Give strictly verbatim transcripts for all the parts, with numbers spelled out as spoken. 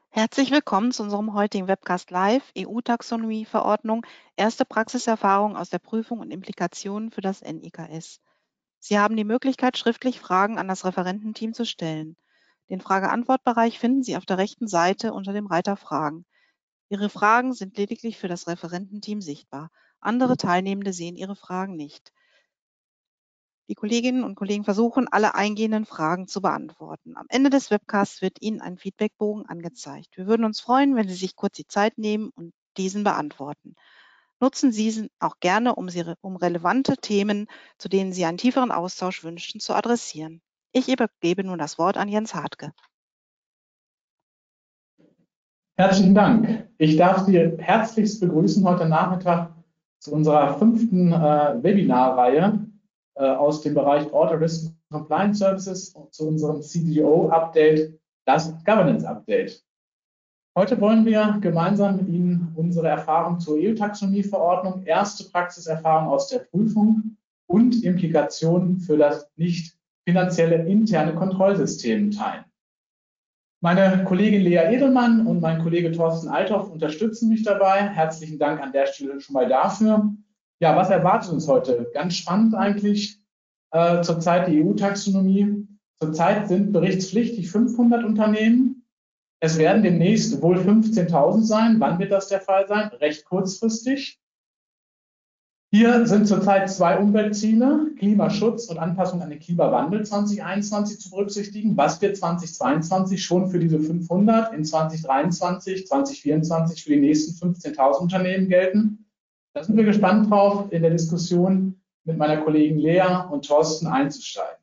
Herzlich willkommen zu unserem heutigen Webcast Live, E U-Taxonomie-Verordnung, erste Praxiserfahrung aus der Prüfung und Implikationen für das N I K S. Sie haben die Möglichkeit, schriftlich Fragen an das Referententeam zu stellen. Den Frage-Antwort-Bereich finden Sie auf der rechten Seite unter dem Reiter Fragen. Ihre Fragen sind lediglich für das Referententeam sichtbar. Andere Teilnehmende sehen Ihre Fragen nicht. Die Kolleginnen und Kollegen versuchen, alle eingehenden Fragen zu beantworten. Am Ende des Webcasts wird Ihnen ein Feedbackbogen angezeigt. Wir würden uns freuen, wenn Sie sich kurz die Zeit nehmen und diesen beantworten. Nutzen Sie diesen auch gerne, um, Sie, um relevante Themen, zu denen Sie einen tieferen Austausch wünschen, zu adressieren. Ich übergebe nun das Wort an Jens Hartke. Herzlichen Dank. Ich darf Sie herzlichst begrüßen heute Nachmittag zu unserer fünften äh, Webinarreihe äh, aus dem Bereich Audit Risk and Compliance Services zu unserem C D O-Update, das Governance-Update. Heute wollen wir gemeinsam mit Ihnen unsere Erfahrung zur E U-Taxonomie-Verordnung, erste Praxiserfahrung aus der Prüfung und Implikationen für das nicht finanzielle interne Kontrollsystem teilen. Meine Kollegin Lea Edelmann und mein Kollege Thorsten Althoff unterstützen mich dabei. Herzlichen Dank an der Stelle schon mal dafür. Ja, was erwartet uns heute? Ganz spannend eigentlich äh, zurzeit die E U-Taxonomie. Zurzeit sind berichtspflichtig fünfhundert Unternehmen. Es werden demnächst wohl fünfzehntausend sein. Wann wird das der Fall sein? Recht kurzfristig. Hier sind zurzeit zwei Umweltziele, Klimaschutz und Anpassung an den Klimawandel zwanzig einundzwanzig zu berücksichtigen. Was wird zwanzig zweiundzwanzig schon für diese fünfhundert, in zwanzig dreiundzwanzig, zwanzig vierundzwanzig für die nächsten fünfzehntausend Unternehmen gelten? Da sind wir gespannt drauf, in der Diskussion mit meiner Kollegin Lea und Thorsten einzusteigen.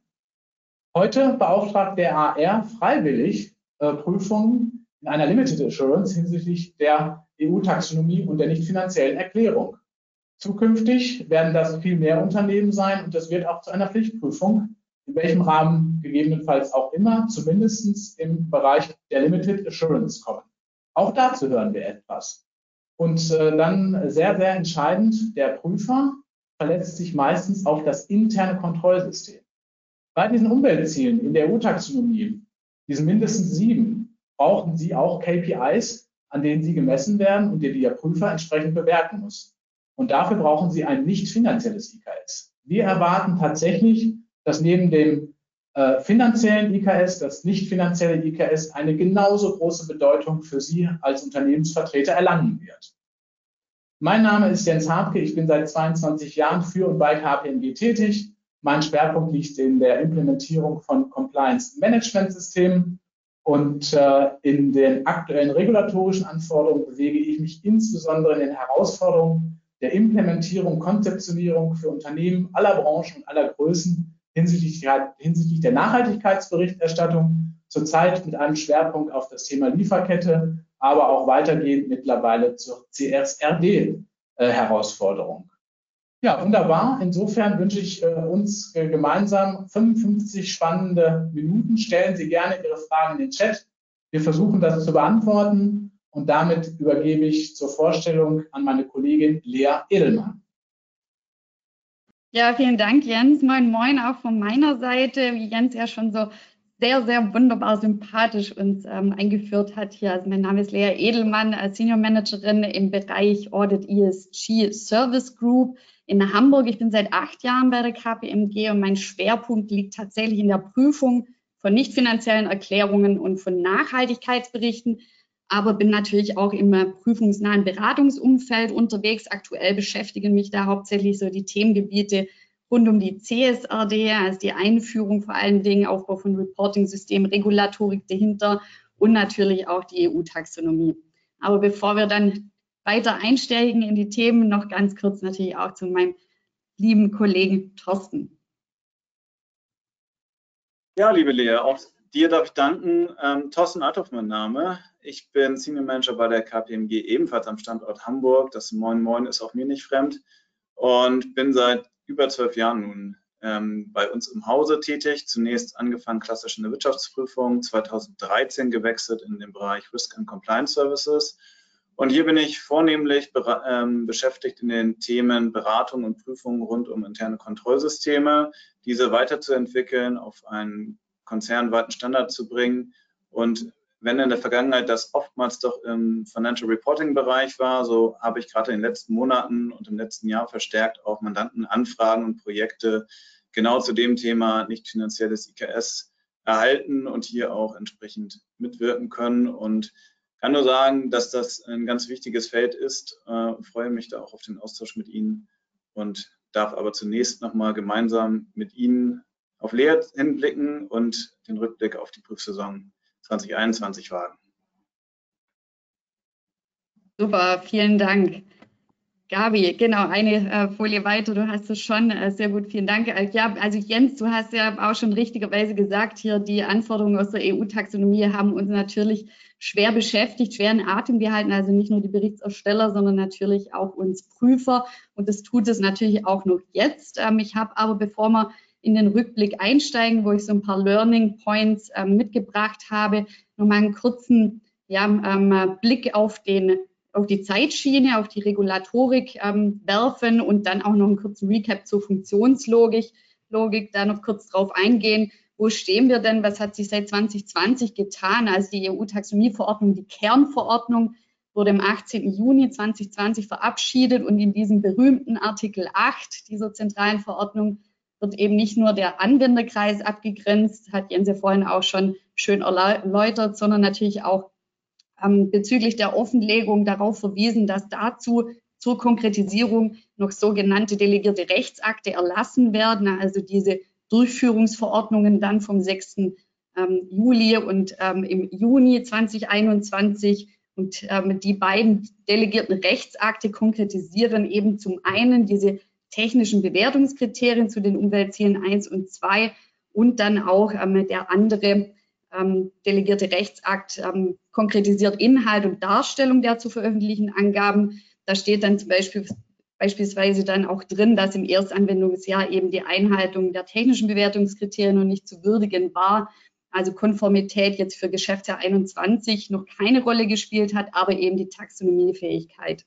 Heute beauftragt der A R freiwillig äh, Prüfungen in einer Limited Assurance hinsichtlich der E U-Taxonomie und der nicht finanziellen Erklärung. Zukünftig werden das viel mehr Unternehmen sein und das wird auch zu einer Pflichtprüfung, in welchem Rahmen gegebenenfalls auch immer, zumindest im Bereich der Limited Assurance kommen. Auch dazu hören wir etwas. Und äh, dann sehr, sehr entscheidend, der Prüfer verletzt sich meistens auf das interne Kontrollsystem. Bei diesen Umweltzielen in der E U-Taxonomie, diesen mindestens sieben, brauchen Sie auch K P Is, an denen Sie gemessen werden und die der Prüfer entsprechend bewerten muss. Und dafür brauchen Sie ein nicht finanzielles I K S. Wir erwarten tatsächlich, dass neben dem äh, finanziellen I K S, das nicht finanzielle I K S eine genauso große Bedeutung für Sie als Unternehmensvertreter erlangen wird. Mein Name ist Jens Hartke, ich bin seit zweiundzwanzig Jahren für und bei K P M G tätig. Mein Schwerpunkt liegt in der Implementierung von Compliance-Management-Systemen. Und äh, in den aktuellen regulatorischen Anforderungen bewege ich mich insbesondere in den Herausforderungen der Implementierung, Konzeptionierung für Unternehmen aller Branchen und aller Größen hinsichtlich, hinsichtlich der Nachhaltigkeitsberichterstattung, zurzeit mit einem Schwerpunkt auf das Thema Lieferkette, aber auch weitergehend mittlerweile zur C S R D-Herausforderung. Ja, wunderbar. Insofern wünsche ich äh, uns äh, gemeinsam fünfundfünfzig spannende Minuten. Stellen Sie gerne Ihre Fragen in den Chat. Wir versuchen das zu beantworten. Und damit übergebe ich zur Vorstellung an meine Kollegin Lea Edelmann. Ja, vielen Dank, Jens. Moin, moin, auch von meiner Seite, wie Jens ja schon so sehr, sehr wunderbar sympathisch uns ähm, eingeführt hat hier. Also mein Name ist Lea Edelmann, als Senior Managerin im Bereich Audit E S G Service Group in Hamburg. Ich bin seit acht Jahren bei der K P M G und mein Schwerpunkt liegt tatsächlich in der Prüfung von nicht finanziellen Erklärungen und von Nachhaltigkeitsberichten, aber bin natürlich auch im prüfungsnahen Beratungsumfeld unterwegs. Aktuell beschäftigen mich da hauptsächlich so die Themengebiete rund um die C S R D, also die Einführung vor allen Dingen, Aufbau von Reporting-Systemen, Regulatorik dahinter und natürlich auch die E U-Taxonomie. Aber bevor wir dann weiter einsteigen in die Themen, noch ganz kurz natürlich auch zu meinem lieben Kollegen Thorsten. Ja, liebe Lea, auch dir darf ich danken. Ähm, Thorsten Althoff, mein Name. Ich bin Senior Manager bei der K P M G, ebenfalls am Standort Hamburg. Das Moin Moin ist auch mir nicht fremd. Und bin seit über zwölf Jahren nun ähm, bei uns im Hause tätig. Zunächst angefangen klassisch in der Wirtschaftsprüfung, zweitausenddreizehn gewechselt in den Bereich Risk and Compliance Services. Und hier bin ich vornehmlich ähm, beschäftigt in den Themen Beratung und Prüfung rund um interne Kontrollsysteme, diese weiterzuentwickeln, auf einen konzernweiten Standard zu bringen und wenn in der Vergangenheit das oftmals doch im Financial Reporting Bereich war, so habe ich gerade in den letzten Monaten und im letzten Jahr verstärkt auch Mandantenanfragen und Projekte genau zu dem Thema nicht finanzielles I K S erhalten und hier auch entsprechend mitwirken können, und kann nur sagen, dass das ein ganz wichtiges Feld ist. Äh, freue mich da auch auf den Austausch mit Ihnen und darf aber zunächst nochmal gemeinsam mit Ihnen auf Lea hinblicken und den Rückblick auf die Prüfsaison zwanzig einundzwanzig wagen. Super, vielen Dank. Gabi, genau, eine äh, Folie weiter, du hast es schon, äh, sehr gut, vielen Dank. Äh, ja, also Jens, du hast ja auch schon richtigerweise gesagt, hier die Anforderungen aus der E U-Taxonomie haben uns natürlich schwer beschäftigt, schwer in Atem gehalten, also nicht nur die Berichtsersteller, sondern natürlich auch uns Prüfer, und das tut es natürlich auch noch jetzt. Ähm, ich habe aber, bevor wir in den Rückblick einsteigen, wo ich so ein paar Learning Points ähm, mitgebracht habe, nochmal einen kurzen ja, ähm, Blick auf den auf die Zeitschiene, auf die Regulatorik ähm, werfen und dann auch noch einen kurzen Recap zur Funktionslogik, Logik, da noch kurz drauf eingehen. Wo stehen wir denn? Was hat sich seit zwanzig zwanzig getan? Also die E U-Taxonomie-Verordnung, die Kernverordnung, wurde am achtzehnten Juni zweitausendzwanzig verabschiedet, und in diesem berühmten Artikel acht dieser zentralen Verordnung wird eben nicht nur der Anwenderkreis abgegrenzt, hat Jens ja vorhin auch schon schön erläutert, sondern natürlich auch bezüglich der Offenlegung darauf verwiesen, dass dazu zur Konkretisierung noch sogenannte delegierte Rechtsakte erlassen werden, also diese Durchführungsverordnungen dann vom sechsten Juli und ähm, im Juni zweitausendeinundzwanzig. Und ähm, die beiden delegierten Rechtsakte konkretisieren eben zum einen diese technischen Bewertungskriterien zu den Umweltzielen eins und zwei und dann auch ähm, der andere Ähm, delegierte Rechtsakt ähm, konkretisiert Inhalt und Darstellung der zu veröffentlichenden Angaben. Da steht dann zum Beispiel beispielsweise dann auch drin, dass im Erstanwendungsjahr eben die Einhaltung der technischen Bewertungskriterien noch nicht zu würdigen war. Also Konformität jetzt für Geschäftsjahr einundzwanzig noch keine Rolle gespielt hat, aber eben die Taxonomiefähigkeit.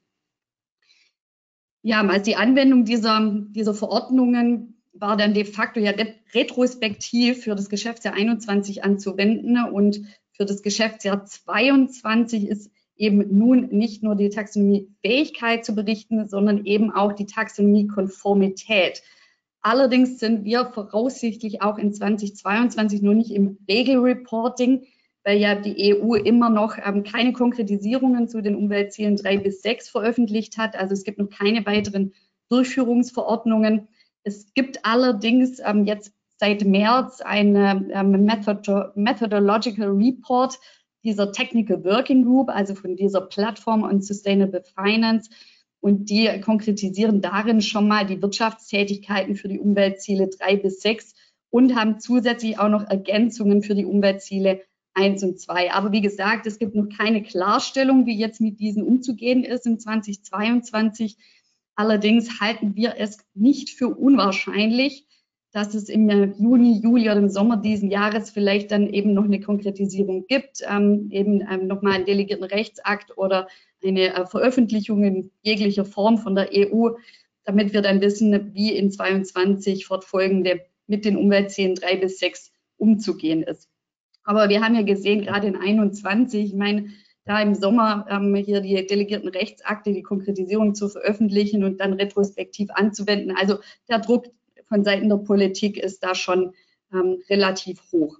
Ja, als die Anwendung dieser, dieser Verordnungen war dann de facto ja retrospektiv für das Geschäftsjahr einundzwanzig anzuwenden, und für das Geschäftsjahr zweiundzwanzig ist eben nun nicht nur die Taxonomiefähigkeit zu berichten, sondern eben auch die Taxonomiekonformität. Allerdings sind wir voraussichtlich auch in zweitausendzweiundzwanzig nur nicht im Regelreporting, weil ja die E U immer noch ähm, keine Konkretisierungen zu den Umweltzielen drei bis sechs veröffentlicht hat. Also es gibt noch keine weiteren Durchführungsverordnungen. Es gibt allerdings ähm, jetzt seit März einen ähm, Method Methodological Report dieser Technical Working Group, also von dieser Plattform on Sustainable Finance, und die konkretisieren darin schon mal die Wirtschaftstätigkeiten für die Umweltziele drei bis sechs und haben zusätzlich auch noch Ergänzungen für die Umweltziele eins und zwei. Aber wie gesagt, es gibt noch keine Klarstellung, wie jetzt mit diesen umzugehen ist in zweitausendzweiundzwanzig. Allerdings halten wir es nicht für unwahrscheinlich, dass es im Juni, Juli oder im Sommer diesen Jahres vielleicht dann eben noch eine Konkretisierung gibt, ähm, eben ähm, nochmal einen delegierten Rechtsakt oder eine äh, Veröffentlichung in jeglicher Form von der E U, damit wir dann wissen, wie in zweiundzwanzig fortfolgende mit den Umweltzielen drei bis sechs umzugehen ist. Aber wir haben ja gesehen, gerade in einundzwanzig, ich meine, da im Sommer ähm, hier die delegierten Rechtsakte, die Konkretisierung zu veröffentlichen und dann retrospektiv anzuwenden. Also der Druck von Seiten der Politik ist da schon ähm, relativ hoch.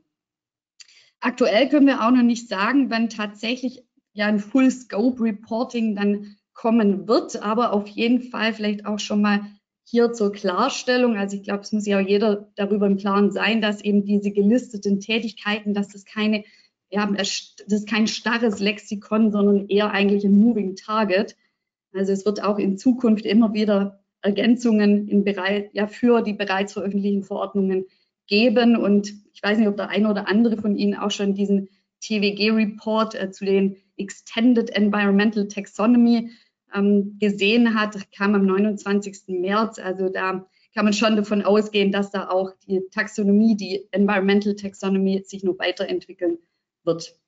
Aktuell können wir auch noch nicht sagen, wann tatsächlich ja ein Full-Scope-Reporting dann kommen wird, aber auf jeden Fall vielleicht auch schon mal hier zur Klarstellung. Also ich glaube, es muss ja auch jeder darüber im Klaren sein, dass eben diese gelisteten Tätigkeiten, dass das keine Ja, das ist kein starres Lexikon, sondern eher eigentlich ein Moving Target. Also es wird auch in Zukunft immer wieder Ergänzungen in Bereich, ja, für die bereits veröffentlichten Verordnungen geben. Und ich weiß nicht, ob der eine oder andere von Ihnen auch schon diesen T W G-Report äh, zu den Extended Environmental Taxonomy ähm, gesehen hat, kam am neunundzwanzigsten März. Also da kann man schon davon ausgehen, dass da auch die Taxonomie, die Environmental Taxonomy sich noch weiterentwickeln wird.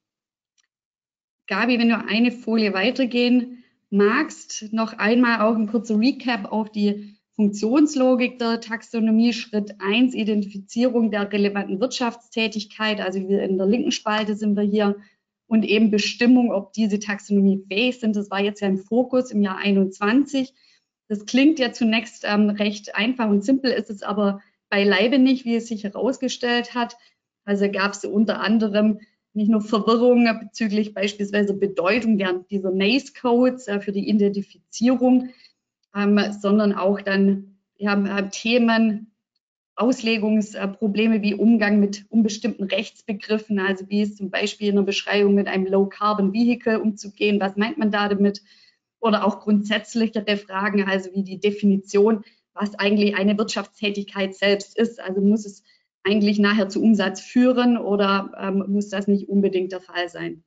Gabi, wenn du eine Folie weitergehen magst, noch einmal auch ein kurzer Recap auf die Funktionslogik der Taxonomie. Schritt eins, Identifizierung der relevanten Wirtschaftstätigkeit. Also wir in der linken Spalte sind wir hier. und eben Bestimmung, ob diese Taxonomie fähig sind. Das war jetzt ja im Fokus im Jahr einundzwanzig. Das klingt ja zunächst ähm, recht einfach und simpel, ist es aber beileibe nicht, wie es sich herausgestellt hat. Also gab es unter anderem nicht nur Verwirrung bezüglich beispielsweise Bedeutung der, dieser N A C E-Codes äh, für die Identifizierung, ähm, sondern auch dann ja, äh, Themen, Auslegungsprobleme wie Umgang mit unbestimmten Rechtsbegriffen, also wie es zum Beispiel in der Beschreibung mit einem Low-Carbon-Vehicle umzugehen, was meint man da damit? Oder auch grundsätzlichere Fragen, also wie die Definition, was eigentlich eine Wirtschaftstätigkeit selbst ist. Also muss es eigentlich nachher zu Umsatz führen oder ähm, muss das nicht unbedingt der Fall sein?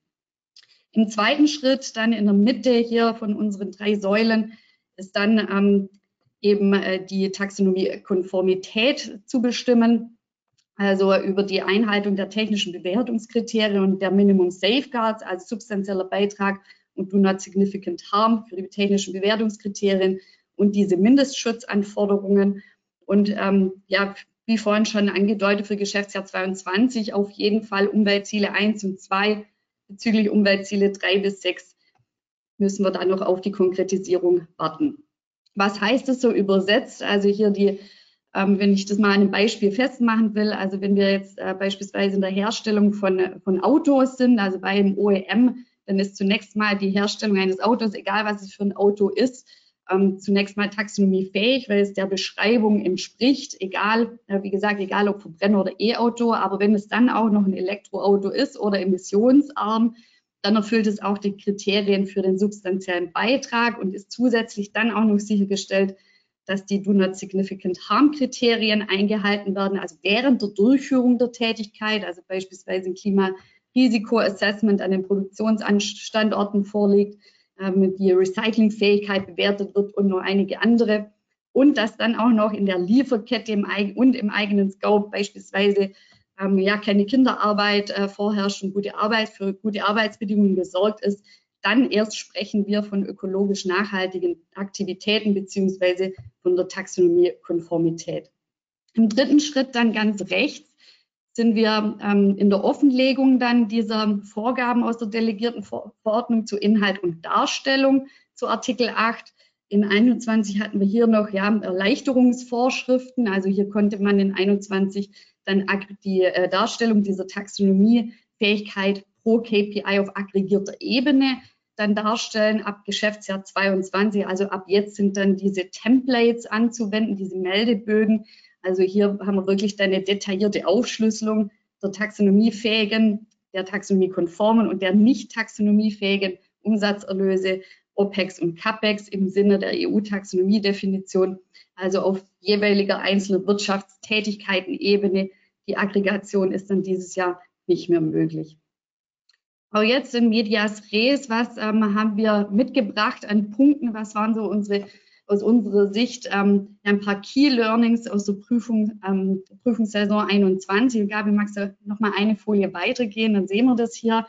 Im zweiten Schritt, dann in der Mitte hier von unseren drei Säulen, ist dann ähm, eben äh, die Taxonomie-Konformität zu bestimmen, also über die Einhaltung der technischen Bewertungskriterien und der Minimum Safeguards, also substanzieller Beitrag und Do Not Significant Harm für die technischen Bewertungskriterien und diese Mindestschutzanforderungen. Und ähm, ja, wie vorhin schon angedeutet, für Geschäftsjahr zweiundzwanzig auf jeden Fall Umweltziele eins und zwei, bezüglich Umweltziele drei bis sechs müssen wir dann noch auf die Konkretisierung warten. Was heißt das so übersetzt? Also hier die, ähm, wenn ich das mal an einem Beispiel festmachen will, also wenn wir jetzt äh, beispielsweise in der Herstellung von, von Autos sind, also bei einem O E M, dann ist zunächst mal die Herstellung eines Autos, egal was es für ein Auto ist, ähm, zunächst mal taxonomiefähig, weil es der Beschreibung entspricht, egal, äh, wie gesagt, egal ob Verbrenner oder E-Auto, aber wenn es dann auch noch ein Elektroauto ist oder emissionsarm, dann erfüllt es auch die Kriterien für den substanziellen Beitrag und ist zusätzlich dann auch noch sichergestellt, dass die Do Not Significant Harm Kriterien eingehalten werden, also während der Durchführung der Tätigkeit, also beispielsweise ein Klimarisikoassessment an den Produktionsstandorten vorliegt, ähm, die Recyclingfähigkeit bewertet wird und noch einige andere. Und dass dann auch noch in der Lieferkette im und im eigenen Scope beispielsweise ähm, ja keine Kinderarbeit äh, vorherrscht und gute Arbeit für gute Arbeitsbedingungen gesorgt ist, dann erst sprechen wir von ökologisch nachhaltigen Aktivitäten beziehungsweise von der Taxonomie-Konformität. Im dritten Schritt dann ganz rechts sind wir ähm, in der Offenlegung dann dieser Vorgaben aus der delegierten Verordnung zu Inhalt und Darstellung zu Artikel acht. In einundzwanzig hatten wir hier noch ja, Erleichterungsvorschriften, also hier konnte man in einundzwanzig dann die äh, Darstellung dieser Taxonomiefähigkeit pro K P I auf aggregierter Ebene dann darstellen ab Geschäftsjahr zweiundzwanzig. Also ab jetzt sind dann diese Templates anzuwenden, diese Meldebögen. Also hier haben wir wirklich dann eine detaillierte Aufschlüsselung der taxonomiefähigen, der taxonomiekonformen und der nicht taxonomiefähigen Umsatzerlöse, OPEX und CAPEX im Sinne der E U-Taxonomiedefinition, also auf jeweiliger einzelner Wirtschaftstätigkeitenebene. Die Aggregation ist dann dieses Jahr nicht mehr möglich. Aber jetzt in Medias Res, was ähm, haben wir mitgebracht an Punkten? Was waren so unsere, aus unserer Sicht ähm, ein paar Key Learnings aus der Prüfung, ähm, Prüfungssaison einundzwanzig? Gabi, magst du noch mal eine Folie weitergehen? Dann sehen wir das hier.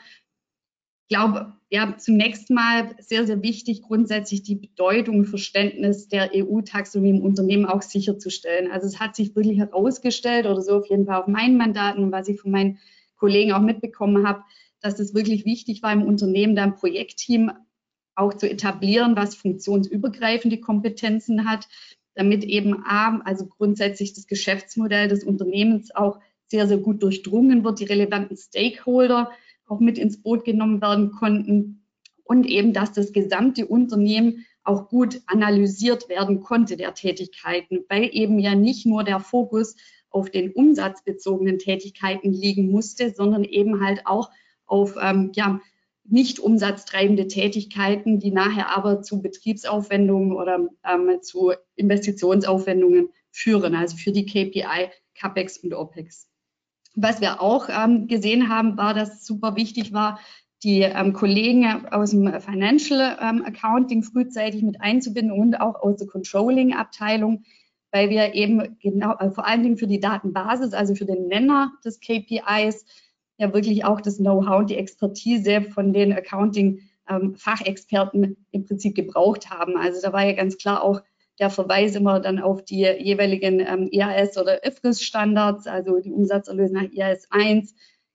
Ich glaube, ja, zunächst mal sehr, sehr wichtig, grundsätzlich die Bedeutung und Verständnis der E U-Taxonomie im Unternehmen auch sicherzustellen. Also es hat sich wirklich herausgestellt, oder so auf jeden Fall auf meinen Mandaten und was ich von meinen Kollegen auch mitbekommen habe, dass es wirklich wichtig war, im Unternehmen da ein Projektteam auch zu etablieren, was funktionsübergreifende Kompetenzen hat, damit eben A, also grundsätzlich das Geschäftsmodell des Unternehmens auch sehr, sehr gut durchdrungen wird, die relevanten Stakeholder auch mit ins Boot genommen werden konnten und eben, dass das gesamte Unternehmen auch gut analysiert werden konnte der Tätigkeiten, weil eben ja nicht nur der Fokus auf den umsatzbezogenen Tätigkeiten liegen musste, sondern eben halt auch auf ähm, ja, nicht umsatztreibende Tätigkeiten, die nachher aber zu Betriebsaufwendungen oder ähm, zu Investitionsaufwendungen führen, also für die K P I, CAPEX und OPEX. Was wir auch ähm, gesehen haben, war, dass es super wichtig war, die ähm, Kollegen aus dem Financial ähm, Accounting frühzeitig mit einzubinden und auch aus der Controlling-Abteilung, weil wir eben genau, äh, vor allen Dingen für die Datenbasis, also für den Nenner des K P Is, ja wirklich auch das Know-how und die Expertise von den Accounting-Fachexperten ähm, im Prinzip gebraucht haben. Also da war ja ganz klar auch der Verweis immer dann auf die jeweiligen ähm, I A S oder I F R S-Standards, also die Umsatzerlöse nach I A S eins,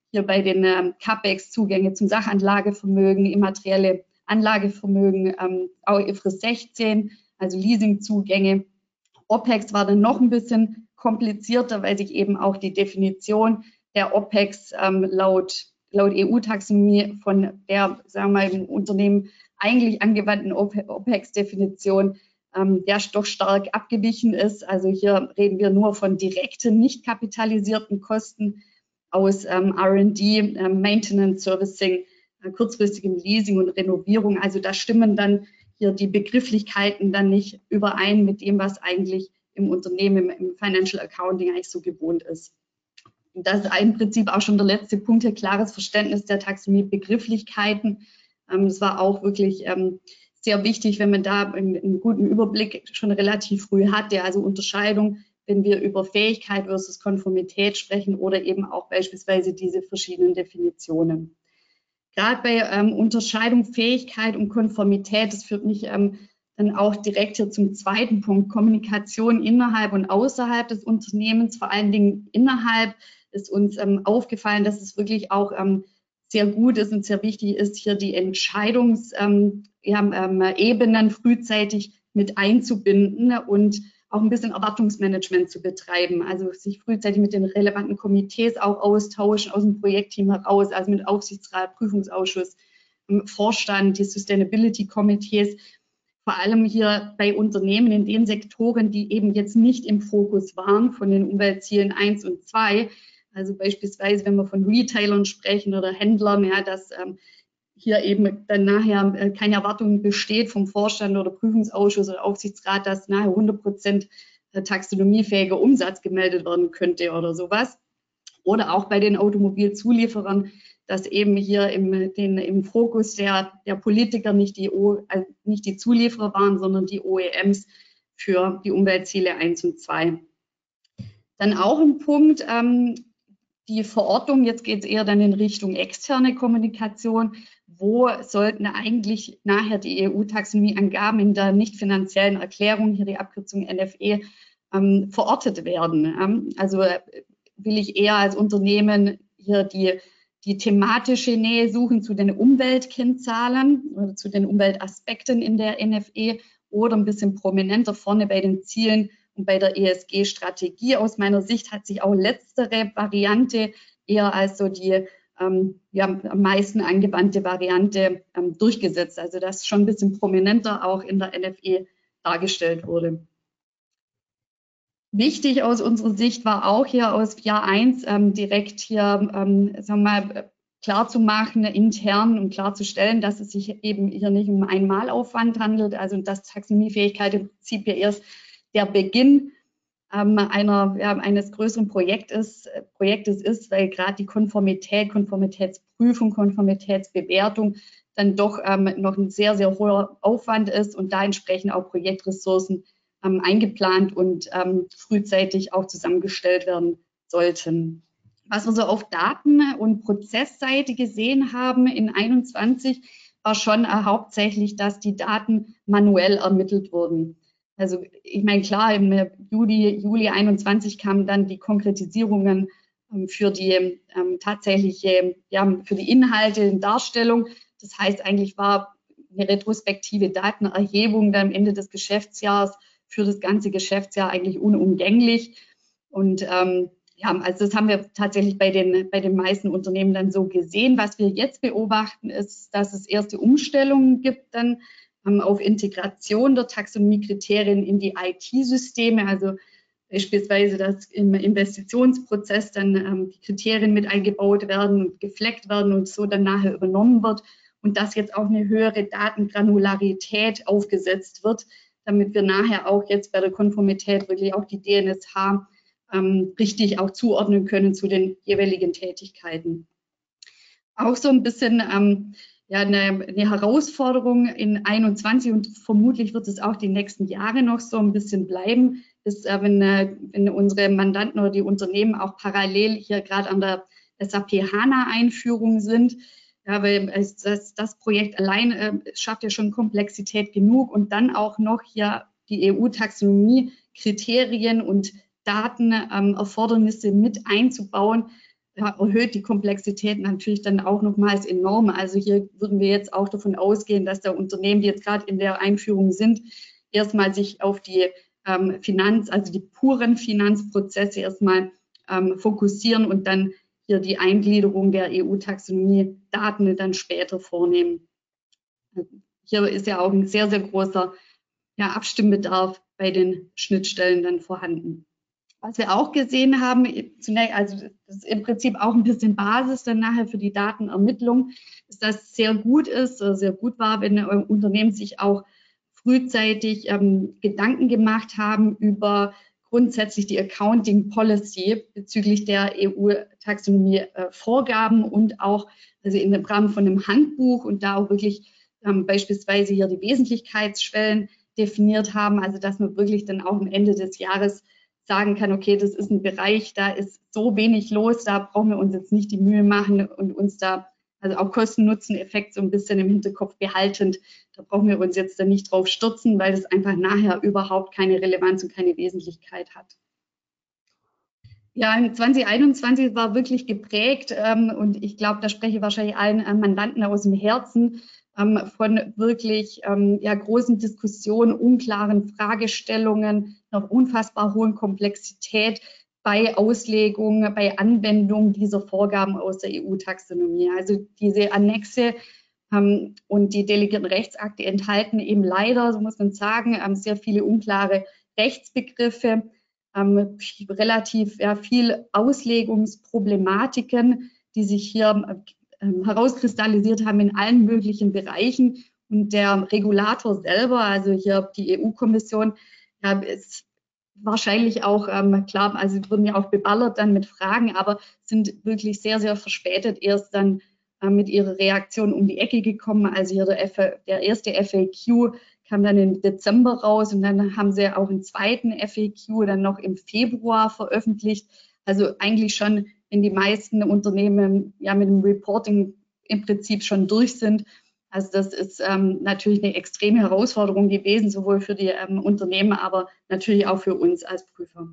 hier bei den ähm, CAPEX Zugänge zum Sachanlagevermögen, immaterielle Anlagevermögen, ähm, auch I F R S sechzehn, also Leasingzugänge. OPEX war dann noch ein bisschen komplizierter, weil sich eben auch die Definition der OPEX ähm, laut, laut E U-Taxonomie von der, sagen wir mal, im Unternehmen eigentlich angewandten OPEX-Definition ähm, der doch stark abgewichen ist. Also hier reden wir nur von direkten, nicht kapitalisierten Kosten aus ähm, R und D, ähm, Maintenance, Servicing, äh, kurzfristigem Leasing und Renovierung. Also da stimmen dann hier die Begrifflichkeiten dann nicht überein mit dem, was eigentlich im Unternehmen, im, im Financial Accounting eigentlich so gewohnt ist. Und das ist im Prinzip auch schon der letzte Punkt, ein klares Verständnis der Taxonomie-Begrifflichkeiten. Ähm, das war auch wirklich ähm, sehr wichtig, wenn man da einen, einen guten Überblick schon relativ früh hatte, also Unterscheidung, wenn wir über Fähigkeit versus Konformität sprechen oder eben auch beispielsweise diese verschiedenen Definitionen. Gerade bei ähm, Unterscheidung Fähigkeit und Konformität, das führt mich ähm, dann auch direkt hier zum zweiten Punkt, Kommunikation innerhalb und außerhalb des Unternehmens, vor allen Dingen innerhalb ist uns ähm, aufgefallen, dass es wirklich auch ähm, sehr gut ist und sehr wichtig ist, hier die Entscheidungsebenen ähm, ja, frühzeitig mit einzubinden und auch ein bisschen Erwartungsmanagement zu betreiben, also sich frühzeitig mit den relevanten Komitees auch austauschen, aus dem Projektteam heraus, also mit Aufsichtsrat, Prüfungsausschuss, Vorstand, die Sustainability-Komitees, vor allem hier bei Unternehmen in den Sektoren, die eben jetzt nicht im Fokus waren von den Umweltzielen eins und zwei, also beispielsweise, wenn wir von Retailern sprechen oder Händlern, ja, dass ähm, hier eben dann nachher äh, keine Erwartung besteht vom Vorstand oder Prüfungsausschuss oder Aufsichtsrat, dass nachher hundert Prozent taxonomiefähiger Umsatz gemeldet werden könnte oder sowas. Oder auch bei den Automobilzulieferern, dass eben hier im, den, im Fokus der, der Politiker nicht die, o, äh, nicht die Zulieferer waren, sondern die O E Ms für die Umweltziele eins und zwei. Dann auch ein Punkt, ähm, die Verordnung, jetzt geht es eher dann in Richtung externe Kommunikation. Wo sollten eigentlich nachher die E U-Taxonomie-Angaben in der nicht finanziellen Erklärung, hier die Abkürzung N F E, ähm, verortet werden? Ähm, also will ich eher als Unternehmen hier die, die thematische Nähe suchen zu den Umweltkennzahlen oder zu den Umweltaspekten in der N F E oder ein bisschen prominenter vorne bei den Zielen und bei der E S G-Strategie. Aus meiner Sicht hat sich auch letztere Variante eher als so die ähm, ja, am meisten angewandte Variante ähm, durchgesetzt. Also das schon ein bisschen prominenter auch in der N F E dargestellt wurde. Wichtig aus unserer Sicht war auch hier aus Jahr eins ähm, direkt hier, ähm, sagen wir mal, klar zu machen, intern und klarzustellen, dass es sich eben hier nicht um einen Malaufwand handelt, also dass Taxonomiefähigkeit im Prinzip ja erst der Beginn ähm, einer, ja, eines größeren Projektes, äh, Projektes ist, weil gerade die Konformität, Konformitätsprüfung, Konformitätsbewertung dann doch ähm, noch ein sehr, sehr hoher Aufwand ist und da entsprechend auch Projektressourcen ähm, eingeplant und ähm, frühzeitig auch zusammengestellt werden sollten. Was wir so auf Daten- und Prozessseite gesehen haben in einundzwanzig, war schon äh, hauptsächlich, dass die Daten manuell ermittelt wurden. Also ich meine, klar, im Juli, Juli einundzwanzig kamen dann die Konkretisierungen ähm, für die ähm, tatsächliche, ja, für die Inhalte in Darstellung. Das heißt, eigentlich war eine retrospektive Datenerhebung dann am Ende des Geschäftsjahres für das ganze Geschäftsjahr eigentlich unumgänglich. Und ähm, ja, also das haben wir tatsächlich bei den, bei den meisten Unternehmen dann so gesehen. Was wir jetzt beobachten, ist, dass es erste Umstellungen gibt dann ähm, auf Integration der Taxonomiekriterien in die I T-Systeme, also beispielsweise, dass im Investitionsprozess dann ähm, die Kriterien mit eingebaut werden und gefleckt werden und so dann nachher übernommen wird und dass jetzt auch eine höhere Datengranularität aufgesetzt wird, damit wir nachher auch jetzt bei der Konformität wirklich auch die D N S H ähm, richtig auch zuordnen können zu den jeweiligen Tätigkeiten. Auch so ein bisschen ähm, ja, eine, eine Herausforderung in einundzwanzig und vermutlich wird es auch die nächsten Jahre noch so ein bisschen bleiben, ist, äh, wenn, äh, wenn unsere Mandanten oder die Unternehmen auch parallel hier gerade an der S A P HANA-Einführung sind. Ja, weil das, das Projekt allein äh, schafft ja schon Komplexität genug und dann auch noch hier die E U-Taxonomie-Kriterien und Datenerfordernisse ähm, mit einzubauen, ja, erhöht die Komplexität natürlich dann auch nochmals enorm. Also hier würden wir jetzt auch davon ausgehen, dass der Unternehmen, die jetzt gerade in der Einführung sind, erstmal sich auf die ähm, Finanz, also die puren Finanzprozesse erstmal ähm, fokussieren und dann hier die Eingliederung der E U-Taxonomie-Daten dann später vornehmen. Hier ist ja auch ein sehr, sehr großer ja, Abstimmbedarf bei den Schnittstellen dann vorhanden. Was wir auch gesehen haben, zunächst, also das ist im Prinzip auch ein bisschen Basis dann nachher für die Datenermittlung, ist, dass es sehr gut ist, sehr gut war, wenn Unternehmen sich auch frühzeitig ähm, Gedanken gemacht haben über grundsätzlich die Accounting Policy bezüglich der E U-Taxonomie-Vorgaben äh, und auch also in dem Rahmen von einem Handbuch und da auch wirklich ähm, beispielsweise hier die Wesentlichkeitsschwellen definiert haben, also dass man wirklich dann auch am Ende des Jahres sagen kann, okay, das ist ein Bereich, da ist so wenig los, da brauchen wir uns jetzt nicht die Mühe machen und uns da, also auch Kosten-Nutzen-Effekt so ein bisschen im Hinterkopf behaltend, da brauchen wir uns jetzt da nicht drauf stürzen, weil das einfach nachher überhaupt keine Relevanz und keine Wesentlichkeit hat. Ja, zwanzig einundzwanzig war wirklich geprägt ähm, und ich glaube, da spreche ich wahrscheinlich allen äh, Mandanten aus dem Herzen, ähm, von wirklich ähm, ja, großen Diskussionen, unklaren Fragestellungen, einer unfassbar hohen Komplexität bei Auslegung, bei Anwendung dieser Vorgaben aus der E U-Taxonomie. Also diese Annexe ähm, und die delegierten Rechtsakte enthalten eben leider, so muss man sagen, ähm, sehr viele unklare Rechtsbegriffe, ähm, relativ ja, viel Auslegungsproblematiken, die sich hier ähm, herauskristallisiert haben in allen möglichen Bereichen. Und der Regulator selber, also hier die E U-Kommission, ja, ist wahrscheinlich auch, ähm, klar, also wurden ja auch beballert dann mit Fragen, aber sind wirklich sehr, sehr verspätet erst dann äh, mit ihrer Reaktion um die Ecke gekommen. Also hier der, F der erste F A Q kam dann im Dezember raus und dann haben sie auch einen zweiten F A Q dann noch im Februar veröffentlicht. Also eigentlich schon, wenn die meisten Unternehmen ja mit dem Reporting im Prinzip schon durch sind. Also das ist ähm, natürlich eine extreme Herausforderung gewesen, sowohl für die ähm, Unternehmen, aber natürlich auch für uns als Prüfer.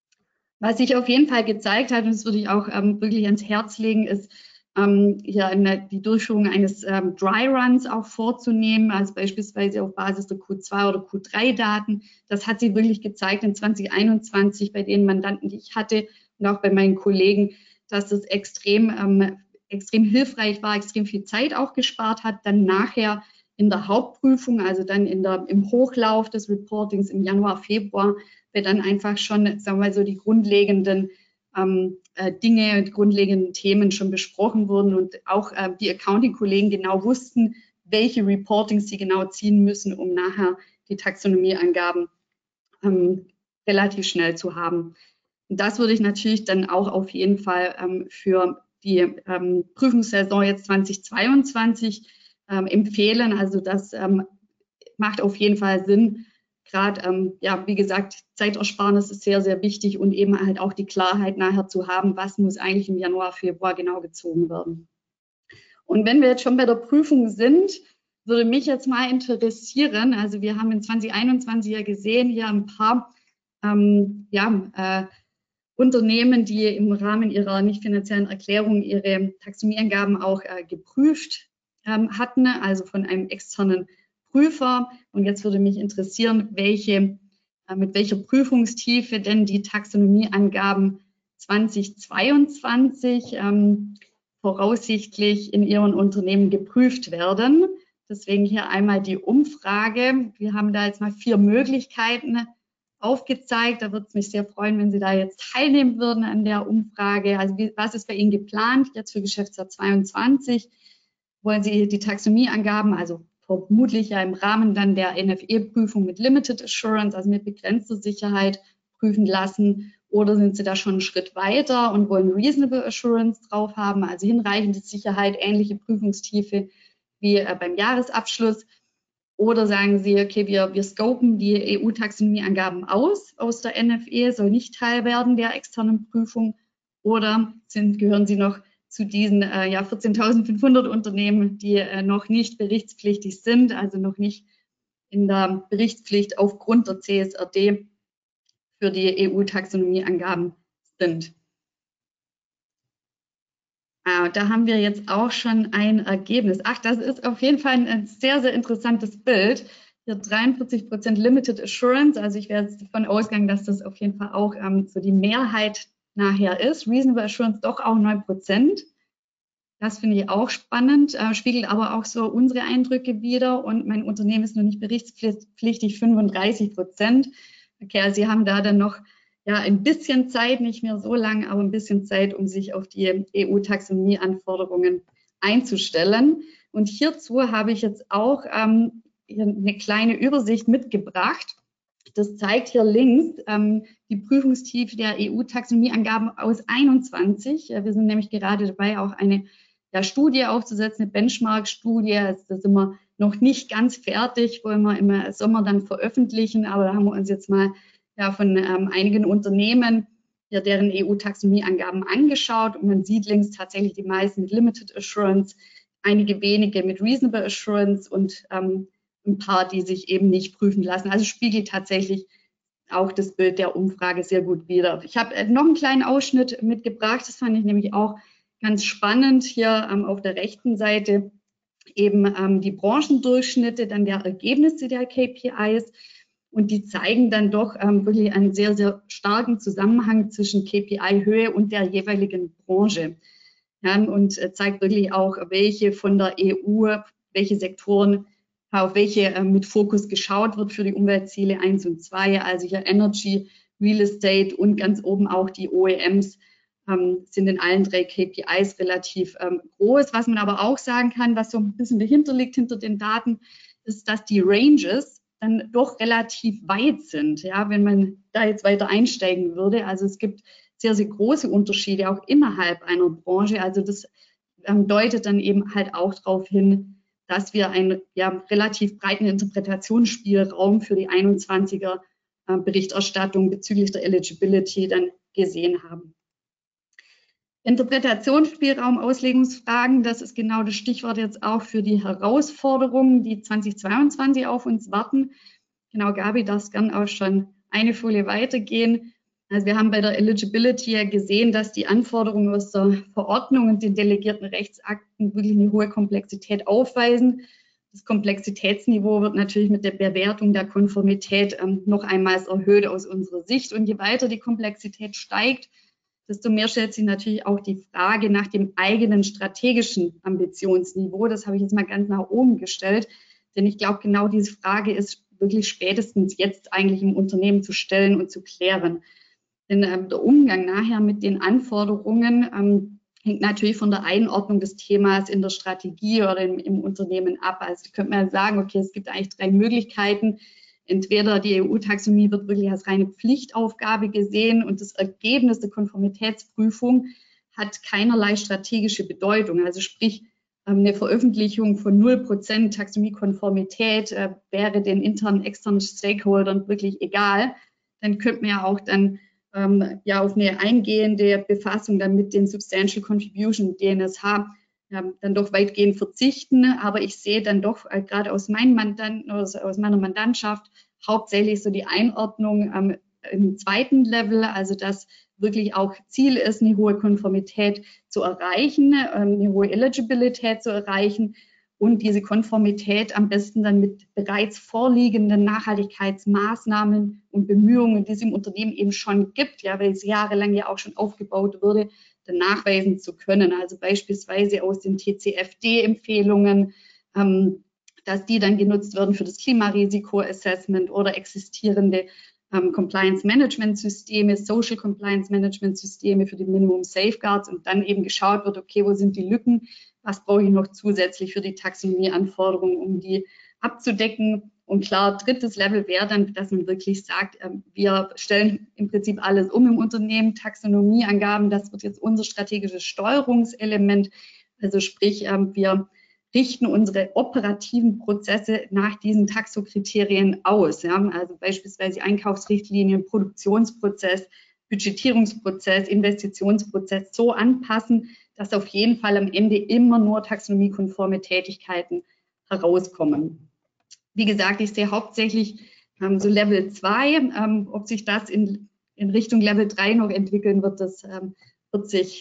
Was sich auf jeden Fall gezeigt hat, und das würde ich auch ähm, wirklich ans Herz legen, ist, ähm, hier eine, die Durchführung eines ähm, Dry Runs auch vorzunehmen, also beispielsweise auf Basis der Q zwei oder Q drei Daten. Das hat sich wirklich gezeigt in zwanzig einundzwanzig bei den Mandanten, die ich hatte und auch bei meinen Kollegen, dass das extrem, ähm, extrem hilfreich war, extrem viel Zeit auch gespart hat, dann nachher in der Hauptprüfung, also dann in der, im Hochlauf des Reportings im Januar, Februar, wird dann einfach schon, sagen wir mal so, die grundlegenden ähm, äh, Dinge, die grundlegenden Themen schon besprochen wurden und auch äh, die Accounting-Kollegen genau wussten, welche Reportings sie genau ziehen müssen, um nachher die Taxonomieangaben ähm, relativ schnell zu haben. Und das würde ich natürlich dann auch auf jeden Fall ähm, für die ähm, Prüfungssaison jetzt zwanzig zweiundzwanzig ähm, empfehlen. Also das ähm, macht auf jeden Fall Sinn. Gerade, ähm, ja, wie gesagt, Zeitersparnis ist sehr, sehr wichtig und eben halt auch die Klarheit nachher zu haben, was muss eigentlich im Januar, Februar genau gezogen werden. Und wenn wir jetzt schon bei der Prüfung sind, würde mich jetzt mal interessieren, also wir haben in zwanzig einundzwanzig ja gesehen, hier ein paar ähm, ja, äh, Unternehmen, die im Rahmen ihrer nicht finanziellen Erklärung ihre Taxonomieangaben auch äh, geprüft ähm, hatten, also von einem externen Prüfer. Und jetzt würde mich interessieren, welche, äh, mit welcher Prüfungstiefe denn die Taxonomieangaben zwanzig zweiundzwanzig ähm, voraussichtlich in Ihren Unternehmen geprüft werden. Deswegen hier einmal die Umfrage. Wir haben da jetzt mal vier Möglichkeiten aufgezeigt. Da würde es mich sehr freuen, wenn Sie da jetzt teilnehmen würden an der Umfrage. Also wie, was ist bei Ihnen geplant jetzt für Geschäftsjahr zweiundzwanzig? Wollen Sie die Taxonomieangaben, also vermutlich ja im Rahmen dann der N F E-Prüfung mit Limited Assurance, also mit begrenzter Sicherheit, prüfen lassen? Oder sind Sie da schon einen Schritt weiter und wollen Reasonable Assurance drauf haben, also hinreichende Sicherheit, ähnliche Prüfungstiefe wie äh, beim Jahresabschluss? Oder sagen Sie, okay, wir, wir scopen die E U-Taxonomieangaben aus, aus der N F E, soll nicht Teil werden der externen Prüfung? Oder sind, gehören Sie noch zu diesen äh, ja, vierzehntausendfünfhundert Unternehmen, die äh, noch nicht berichtspflichtig sind, also noch nicht in der Berichtspflicht aufgrund der C S R D für die E U-Taxonomieangaben sind? Ah, da haben wir jetzt auch schon ein Ergebnis. Ach, das ist auf jeden Fall ein sehr, sehr interessantes Bild. Hier dreiundvierzig Prozent Limited Assurance. Also ich wäre jetzt davon ausgegangen, dass das auf jeden Fall auch ähm, so die Mehrheit nachher ist. Reasonable Assurance doch auch neun Prozent. Das finde ich auch spannend, äh, spiegelt aber auch so unsere Eindrücke wider. Und mein Unternehmen ist noch nicht berichtspflichtig, fünfunddreißig Prozent. Okay, also Sie haben da dann noch ja ein bisschen Zeit, nicht mehr so lang, aber ein bisschen Zeit, um sich auf die E U-Taxonomie-Anforderungen einzustellen. Und hierzu habe ich jetzt auch ähm, eine kleine Übersicht mitgebracht. Das zeigt hier links ähm, die Prüfungstiefe der E U-Taxonomieangaben aus einundzwanzig. Wir sind nämlich gerade dabei, auch eine ja, Studie aufzusetzen, eine Benchmark-Studie. Also da sind wir noch nicht ganz fertig, wollen wir im Sommer dann veröffentlichen. Aber da haben wir uns jetzt mal ja, von ähm, einigen Unternehmen ja, deren E U-Taxonomieangaben angeschaut. Und man sieht links tatsächlich die meisten mit Limited Assurance, einige wenige mit Reasonable Assurance und ähm, ein paar, die sich eben nicht prüfen lassen. Also spiegelt tatsächlich auch das Bild der Umfrage sehr gut wider. Ich habe noch einen kleinen Ausschnitt mitgebracht, das fand ich nämlich auch ganz spannend. Hier ähm, auf der rechten Seite eben ähm, die Branchendurchschnitte, dann der Ergebnisse der K P Is. Und die zeigen dann doch ähm, wirklich einen sehr, sehr starken Zusammenhang zwischen K P I-Höhe und der jeweiligen Branche. Ja, und äh, zeigt wirklich auch, welche von der E U, welche Sektoren, auf welche äh, mit Fokus geschaut wird für die Umweltziele eins und zwei. Also hier Energy, Real Estate und ganz oben auch die O E Ms ähm, sind in allen drei K P Is relativ ähm, groß. Was man aber auch sagen kann, was so ein bisschen dahinter liegt, hinter den Daten, ist, dass die Ranges dann doch relativ weit sind, ja, wenn man da jetzt weiter einsteigen würde. Also es gibt sehr, sehr große Unterschiede auch innerhalb einer Branche. Also das ähm, deutet dann eben halt auch darauf hin, dass wir einen ja, relativ breiten Interpretationsspielraum für die einundzwanziger äh, Berichterstattung bezüglich der Eligibility dann gesehen haben. Interpretationsspielraum, Auslegungsfragen, das ist genau das Stichwort jetzt auch für die Herausforderungen, die zweitausendzweiundzwanzig auf uns warten. Genau, Gabi, darfst gern auch schon eine Folie weitergehen. Also wir haben bei der Eligibility ja gesehen, dass die Anforderungen aus der Verordnung und den delegierten Rechtsakten wirklich eine hohe Komplexität aufweisen. Das Komplexitätsniveau wird natürlich mit der Bewertung der Konformität ähm, noch einmal erhöht aus unserer Sicht. Und je weiter die Komplexität steigt, desto mehr stellt sich natürlich auch die Frage nach dem eigenen strategischen Ambitionsniveau. Das habe ich jetzt mal ganz nach oben gestellt, denn ich glaube, genau diese Frage ist wirklich spätestens jetzt eigentlich im Unternehmen zu stellen und zu klären. Denn ähm, der Umgang nachher mit den Anforderungen ähm, hängt natürlich von der Einordnung des Themas in der Strategie oder im, im Unternehmen ab. Also ich könnte mal sagen, okay, es gibt eigentlich drei Möglichkeiten. Entweder die E U-Taxonomie wird wirklich als reine Pflichtaufgabe gesehen und das Ergebnis der Konformitätsprüfung hat keinerlei strategische Bedeutung. Also sprich, eine Veröffentlichung von null Prozent Taxonomie-Konformität äh, wäre den internen, externen Stakeholdern wirklich egal. Dann könnte man ja auch dann ähm, ja auf eine eingehende Befassung dann mit den Substantial Contribution, D N S H, ja, dann doch weitgehend verzichten. Aber ich sehe dann doch äh, gerade aus meinen Mandanten oder aus meiner Mandantschaft hauptsächlich so die Einordnung ähm, im zweiten Level, also dass wirklich auch Ziel ist, eine hohe Konformität zu erreichen, eine hohe Eligibilität zu erreichen und diese Konformität am besten dann mit bereits vorliegenden Nachhaltigkeitsmaßnahmen und Bemühungen, die es im Unternehmen eben schon gibt, ja, weil es jahrelang ja auch schon aufgebaut wurde, dann nachweisen zu können. Also beispielsweise aus den T C F D-Empfehlungen, ähm, dass die dann genutzt werden für das Klimarisiko-Assessment oder existierende ähm, Compliance-Management-Systeme, Social Compliance-Management-Systeme für die Minimum Safeguards und dann eben geschaut wird, okay, wo sind die Lücken, was brauche ich noch zusätzlich für die Taxonomie-Anforderungen, um die abzudecken. Und klar, drittes Level wäre dann, dass man wirklich sagt, äh, wir stellen im Prinzip alles um im Unternehmen, Taxonomieangaben, das wird jetzt unser strategisches Steuerungselement, also sprich, äh, wir richten unsere operativen Prozesse nach diesen Taxokriterien aus. Ja? Also beispielsweise Einkaufsrichtlinien, Produktionsprozess, Budgetierungsprozess, Investitionsprozess so anpassen, dass auf jeden Fall am Ende immer nur taxonomiekonforme Tätigkeiten herauskommen. Wie gesagt, ich sehe hauptsächlich ähm, so Level zwei. Ähm, ob sich das in, in Richtung Level drei noch entwickeln wird, das ähm, wird sich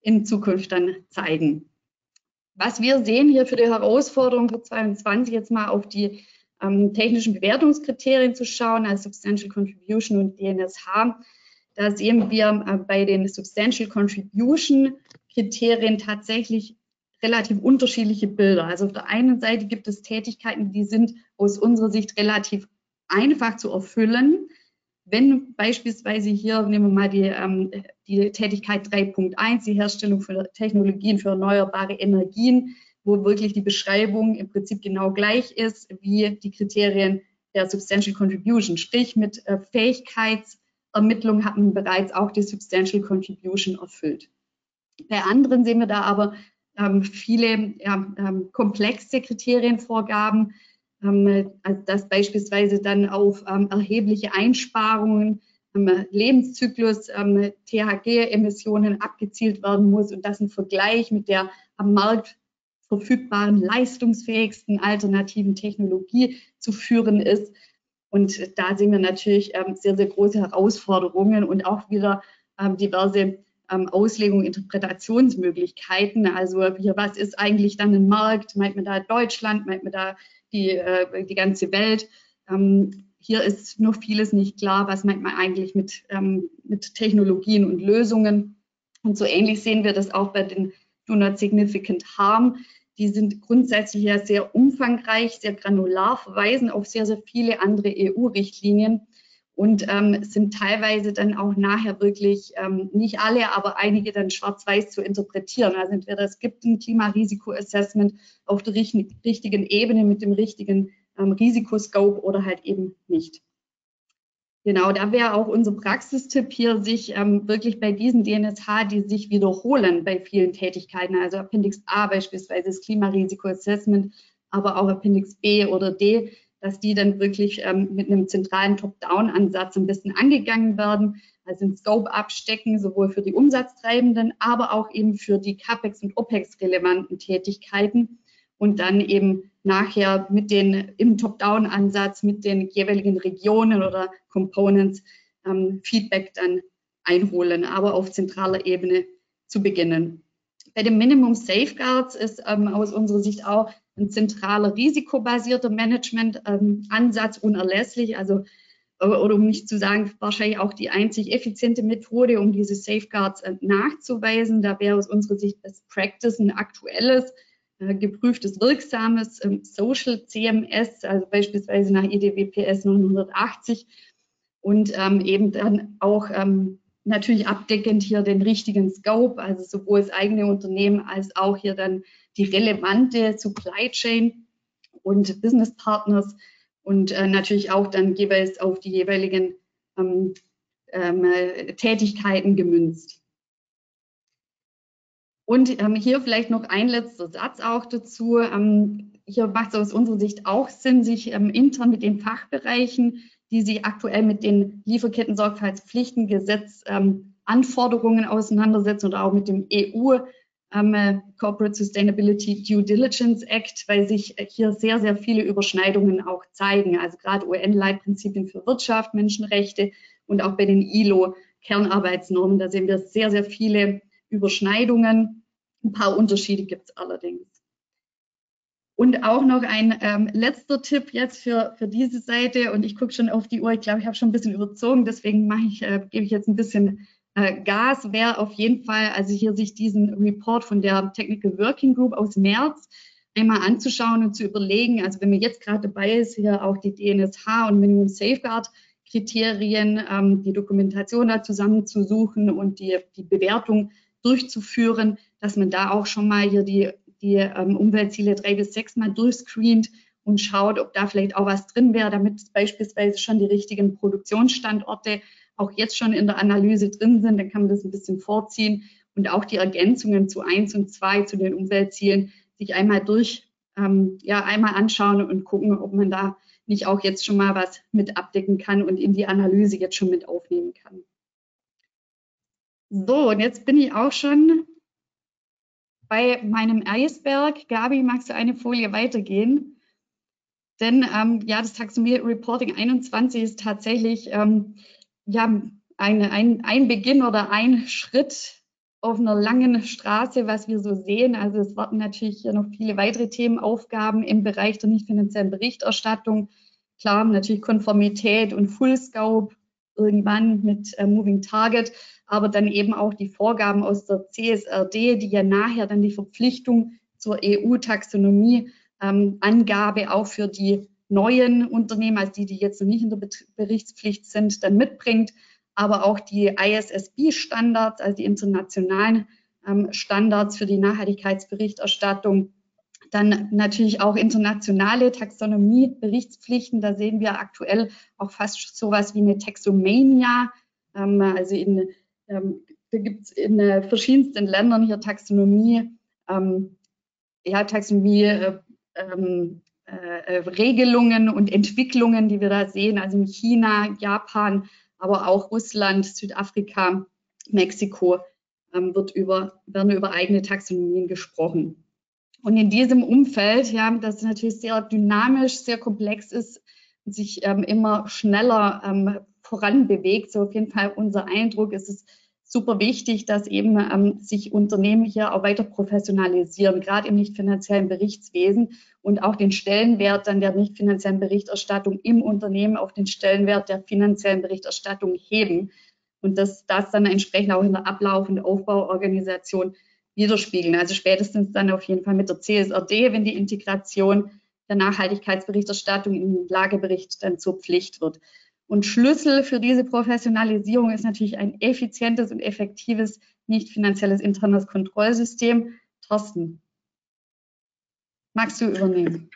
in Zukunft dann zeigen. Was wir sehen hier für die Herausforderung für zweiundzwanzig, jetzt mal auf die ähm, technischen Bewertungskriterien zu schauen, also Substantial Contribution und D N S H, da sehen wir äh, bei den Substantial Contribution Kriterien tatsächlich relativ unterschiedliche Bilder. Also auf der einen Seite gibt es Tätigkeiten, die sind aus unserer Sicht relativ einfach zu erfüllen. Wenn beispielsweise hier, nehmen wir mal die, ähm, die Tätigkeit drei Punkt eins, die Herstellung von Technologien für erneuerbare Energien, wo wirklich die Beschreibung im Prinzip genau gleich ist wie die Kriterien der Substantial Contribution. Sprich, mit äh, Fähigkeitsermittlung hat man bereits auch die Substantial Contribution erfüllt. Bei anderen sehen wir da aber ähm, viele ja, ähm, komplexe Kriterienvorgaben, ähm, also dass beispielsweise dann auf ähm, erhebliche Einsparungen im Lebenszyklus ähm, T H G-Emissionen abgezielt werden muss und das ein Vergleich mit der am Markt verfügbaren, leistungsfähigsten alternativen Technologie zu führen ist. Und da sehen wir natürlich ähm, sehr, sehr große Herausforderungen und auch wieder ähm, diverse ähm, Auslegung, Interpretationsmöglichkeiten. Also hier, was ist eigentlich dann ein Markt? Meint man da Deutschland? Meint man da die, äh, die ganze Welt? Ähm, hier ist noch vieles nicht klar. Was meint man eigentlich mit, ähm, mit Technologien und Lösungen? Und so ähnlich sehen wir das auch bei den Do Not Significant Harm. Die sind grundsätzlich ja sehr umfangreich, sehr granular, verweisen auf sehr, sehr viele andere E U-Richtlinien und ähm, sind teilweise dann auch nachher wirklich, ähm, nicht alle, aber einige dann schwarz-weiß zu interpretieren. Also entweder es gibt ein Klimarisiko-Assessment auf der richt richtigen Ebene mit dem richtigen ähm, Risikoscope oder halt eben nicht. Genau, da wäre auch unser Praxistipp hier, sich ähm, wirklich bei diesen D N S H, die sich wiederholen bei vielen Tätigkeiten, also Appendix A beispielsweise das Klimarisiko-Assessment, aber auch Appendix B oder D, dass die dann wirklich ähm, mit einem zentralen Top-Down-Ansatz ein bisschen angegangen werden, also den Scope abstecken, sowohl für die Umsatztreibenden, aber auch eben für die CAPEX- und OPEX-relevanten Tätigkeiten und dann eben nachher mit den im Top-Down-Ansatz mit den jeweiligen Regionen oder Components ähm, Feedback dann einholen, aber auf zentraler Ebene zu beginnen. Bei den Minimum Safeguards ist ähm, aus unserer Sicht auch ein zentraler risikobasierter Management-Ansatz ähm, unerlässlich, also oder um nicht zu sagen, wahrscheinlich auch die einzig effiziente Methode, um diese Safeguards äh, nachzuweisen. Da wäre aus unserer Sicht Best Practice ein aktuelles, äh, geprüftes, wirksames ähm, Social C M S, also beispielsweise nach I D W P S neunhundertachtzig und ähm, eben dann auch ähm, natürlich abdeckend hier den richtigen Scope, also sowohl das eigene Unternehmen als auch hier dann die relevante Supply Chain und Business Partners und äh, natürlich auch dann jeweils auf die jeweiligen ähm, ähm, Tätigkeiten gemünzt. Und ähm, hier vielleicht noch ein letzter Satz auch dazu. Ähm, hier macht es aus unserer Sicht auch Sinn, sich ähm, intern mit den Fachbereichen, die sich aktuell mit den Lieferketten-Sorgfaltspflichtengesetz ähm, Anforderungen auseinandersetzen oder auch mit dem E U ähm, Corporate Sustainability Due Diligence Act, weil sich hier sehr, sehr viele Überschneidungen auch zeigen. Also gerade U N-Leitprinzipien für Wirtschaft, Menschenrechte und auch bei den I L O-Kernarbeitsnormen, da sehen wir sehr, sehr viele Überschneidungen. Ein paar Unterschiede gibt es allerdings. Und auch noch ein ähm, letzter Tipp jetzt für, für diese Seite. Und ich gucke schon auf die Uhr. Ich glaube, ich habe schon ein bisschen überzogen. Deswegen mache ich, äh, gebe ich jetzt ein bisschen äh, Gas. Wäre auf jeden Fall, also hier sich diesen Report von der Technical Working Group aus März einmal anzuschauen und zu überlegen. Also wenn man jetzt gerade dabei ist, hier auch die D N S H und Minimum Safeguard Kriterien, ähm, die Dokumentation da zusammenzusuchen und die, die Bewertung durchzuführen, dass man da auch schon mal hier die die ähm, Umweltziele drei bis sechs mal durchscreent und schaut, ob da vielleicht auch was drin wäre, damit beispielsweise schon die richtigen Produktionsstandorte auch jetzt schon in der Analyse drin sind. Dann kann man das ein bisschen vorziehen und auch die Ergänzungen zu eins und zwei zu den Umweltzielen sich einmal durch, ähm, ja, einmal anschauen und gucken, ob man da nicht auch jetzt schon mal was mit abdecken kann und in die Analyse jetzt schon mit aufnehmen kann. So, und jetzt bin ich auch schon bei meinem Eisberg. Gabi, magst du eine Folie weitergehen? Denn ähm, ja, das Taxonomie Reporting einundzwanzig ist tatsächlich ähm, ja, eine, ein, ein Beginn oder ein Schritt auf einer langen Straße, was wir so sehen. Also es warten natürlich hier noch viele weitere Themenaufgaben im Bereich der nicht finanziellen Berichterstattung. Klar, natürlich Konformität und Full Scope irgendwann mit äh, Moving Target, aber dann eben auch die Vorgaben aus der C S R D, die ja nachher dann die Verpflichtung zur E U-Taxonomie ähm, Angabe auch für die neuen Unternehmen, also die, die jetzt noch nicht in der Berichtspflicht sind, dann mitbringt, aber auch die I S S B-Standards, also die internationalen ähm, Standards für die Nachhaltigkeitsberichterstattung. Dann natürlich auch internationale Taxonomie-Berichtspflichten. Da sehen wir aktuell auch fast sowas wie eine Taxomania. Ähm, also in, ähm, da gibt es in äh, verschiedensten Ländern hier Taxonomie, ähm, ja, Taxonomie, äh, ähm, äh, Regelungen und Entwicklungen, die wir da sehen, also in China, Japan, aber auch Russland, Südafrika, Mexiko ähm, wird über, werden über eigene Taxonomien gesprochen. Und in diesem Umfeld, ja, das natürlich sehr dynamisch, sehr komplex ist und sich ähm, immer schneller ähm, voranbewegt, so auf jeden Fall unser Eindruck, ist es super wichtig, dass eben ähm, sich Unternehmen hier auch weiter professionalisieren, gerade im nicht finanziellen Berichtswesen und auch den Stellenwert dann der nicht finanziellen Berichterstattung im Unternehmen auf den Stellenwert der finanziellen Berichterstattung heben und dass das dann entsprechend auch in der Ablauf- und Aufbauorganisation widerspiegeln. Also spätestens dann auf jeden Fall mit der C S R D, wenn die Integration der Nachhaltigkeitsberichterstattung im Lagebericht dann zur Pflicht wird. Und Schlüssel für diese Professionalisierung ist natürlich ein effizientes und effektives, nicht finanzielles internes Kontrollsystem. Thorsten, magst du übernehmen?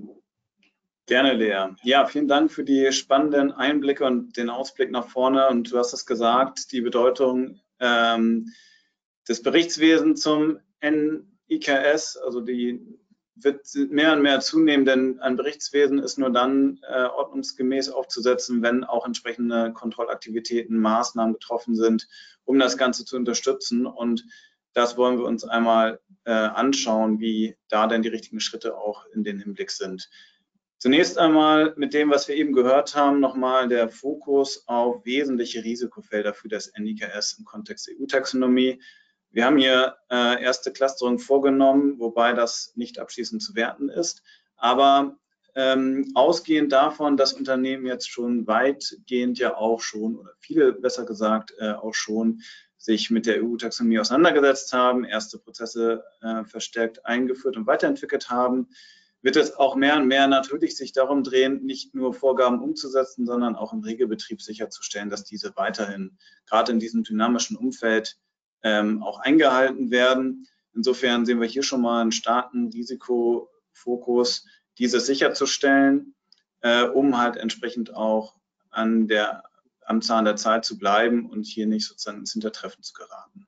Gerne, Lea. Ja, vielen Dank für die spannenden Einblicke und den Ausblick nach vorne. Und du hast es gesagt, die Bedeutung ähm, des Berichtswesens zum N I K S, also die wird mehr und mehr zunehmen, denn ein Berichtswesen ist nur dann äh, ordnungsgemäß aufzusetzen, wenn auch entsprechende Kontrollaktivitäten, Maßnahmen getroffen sind, um das Ganze zu unterstützen. Und das wollen wir uns einmal äh, anschauen, wie da denn die richtigen Schritte auch in den Hinblick sind. Zunächst einmal mit dem, was wir eben gehört haben, nochmal der Fokus auf wesentliche Risikofelder für das N I K S im Kontext der E U-Taxonomie. Wir haben hier äh, erste Clusterung vorgenommen, wobei das nicht abschließend zu werten ist. Aber ähm, ausgehend davon, dass Unternehmen jetzt schon weitgehend ja auch schon, oder viele besser gesagt, äh, auch schon sich mit der E U-Taxonomie auseinandergesetzt haben, erste Prozesse äh, verstärkt eingeführt und weiterentwickelt haben, wird es auch mehr und mehr natürlich sich darum drehen, nicht nur Vorgaben umzusetzen, sondern auch im Regelbetrieb sicherzustellen, dass diese weiterhin, gerade in diesem dynamischen Umfeld, Ähm, auch eingehalten werden. Insofern sehen wir hier schon mal einen starken Risikofokus, diese sicherzustellen, äh, um halt entsprechend auch an der, am Zahn der Zeit zu bleiben und hier nicht sozusagen ins Hintertreffen zu geraten.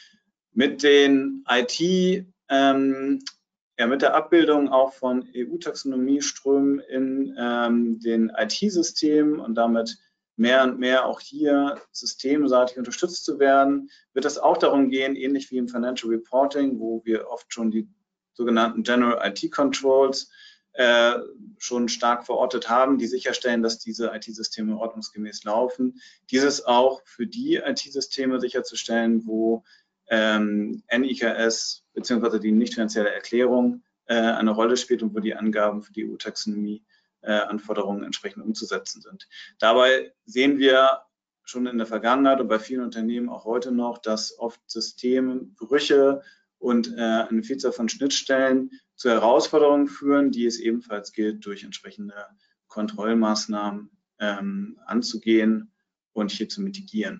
Mit den I T, ähm, ja, mit der Abbildung auch von E U-Taxonomieströmen in ähm, den I T-Systemen und damit mehr und mehr auch hier systemseitig unterstützt zu werden, wird es auch darum gehen, ähnlich wie im Financial Reporting, wo wir oft schon die sogenannten General I T Controls äh, schon stark verortet haben, die sicherstellen, dass diese I T-Systeme ordnungsgemäß laufen. Dieses auch für die I T-Systeme sicherzustellen, wo ähm, N I K S bzw. die nicht finanzielle Erklärung äh, eine Rolle spielt und wo die Angaben für die E U-Taxonomie Anforderungen entsprechend umzusetzen sind. Dabei sehen wir schon in der Vergangenheit und bei vielen Unternehmen auch heute noch, dass oft Systembrüche und äh, eine Vielzahl von Schnittstellen zu Herausforderungen führen, die es ebenfalls gilt, durch entsprechende Kontrollmaßnahmen ähm, anzugehen und hier zu mitigieren.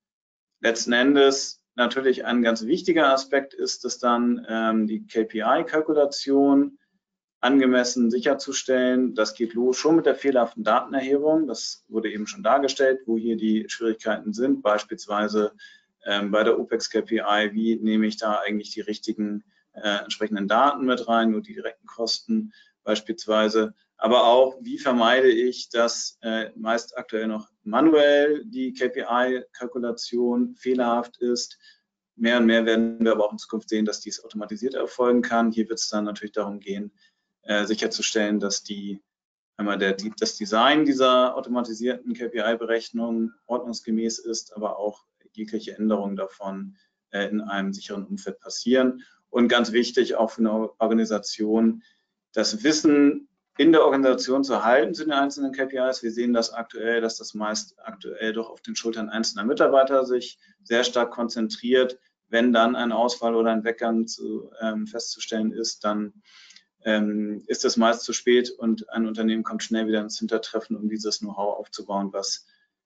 Letzten Endes natürlich ein ganz wichtiger Aspekt ist es dann ähm, die K P I-Kalkulation angemessen sicherzustellen. Das geht los schon mit der fehlerhaften Datenerhebung. Das wurde eben schon dargestellt, wo hier die Schwierigkeiten sind, beispielsweise ähm, bei der OPEX K P I, wie nehme ich da eigentlich die richtigen äh, entsprechenden Daten mit rein, nur die direkten Kosten beispielsweise. Aber auch, wie vermeide ich, dass äh, meist aktuell noch manuell die K P I-Kalkulation fehlerhaft ist. Mehr und mehr werden wir aber auch in Zukunft sehen, dass dies automatisiert erfolgen kann. Hier wird es dann natürlich darum gehen, äh, sicherzustellen, dass die einmal der, die, das Design dieser automatisierten K P I-Berechnung ordnungsgemäß ist, aber auch jegliche Änderung davon äh, in einem sicheren Umfeld passieren. Und ganz wichtig auch für eine Organisation, das Wissen in der Organisation zu halten zu den einzelnen K P Is. Wir sehen das aktuell, dass das meist aktuell doch auf den Schultern einzelner Mitarbeiter sich sehr stark konzentriert. Wenn dann ein Ausfall oder ein Weggang zu, ähm, festzustellen ist, dann ähm, ist es meist zu spät und ein Unternehmen kommt schnell wieder ins Hintertreffen, um dieses Know-how aufzubauen, was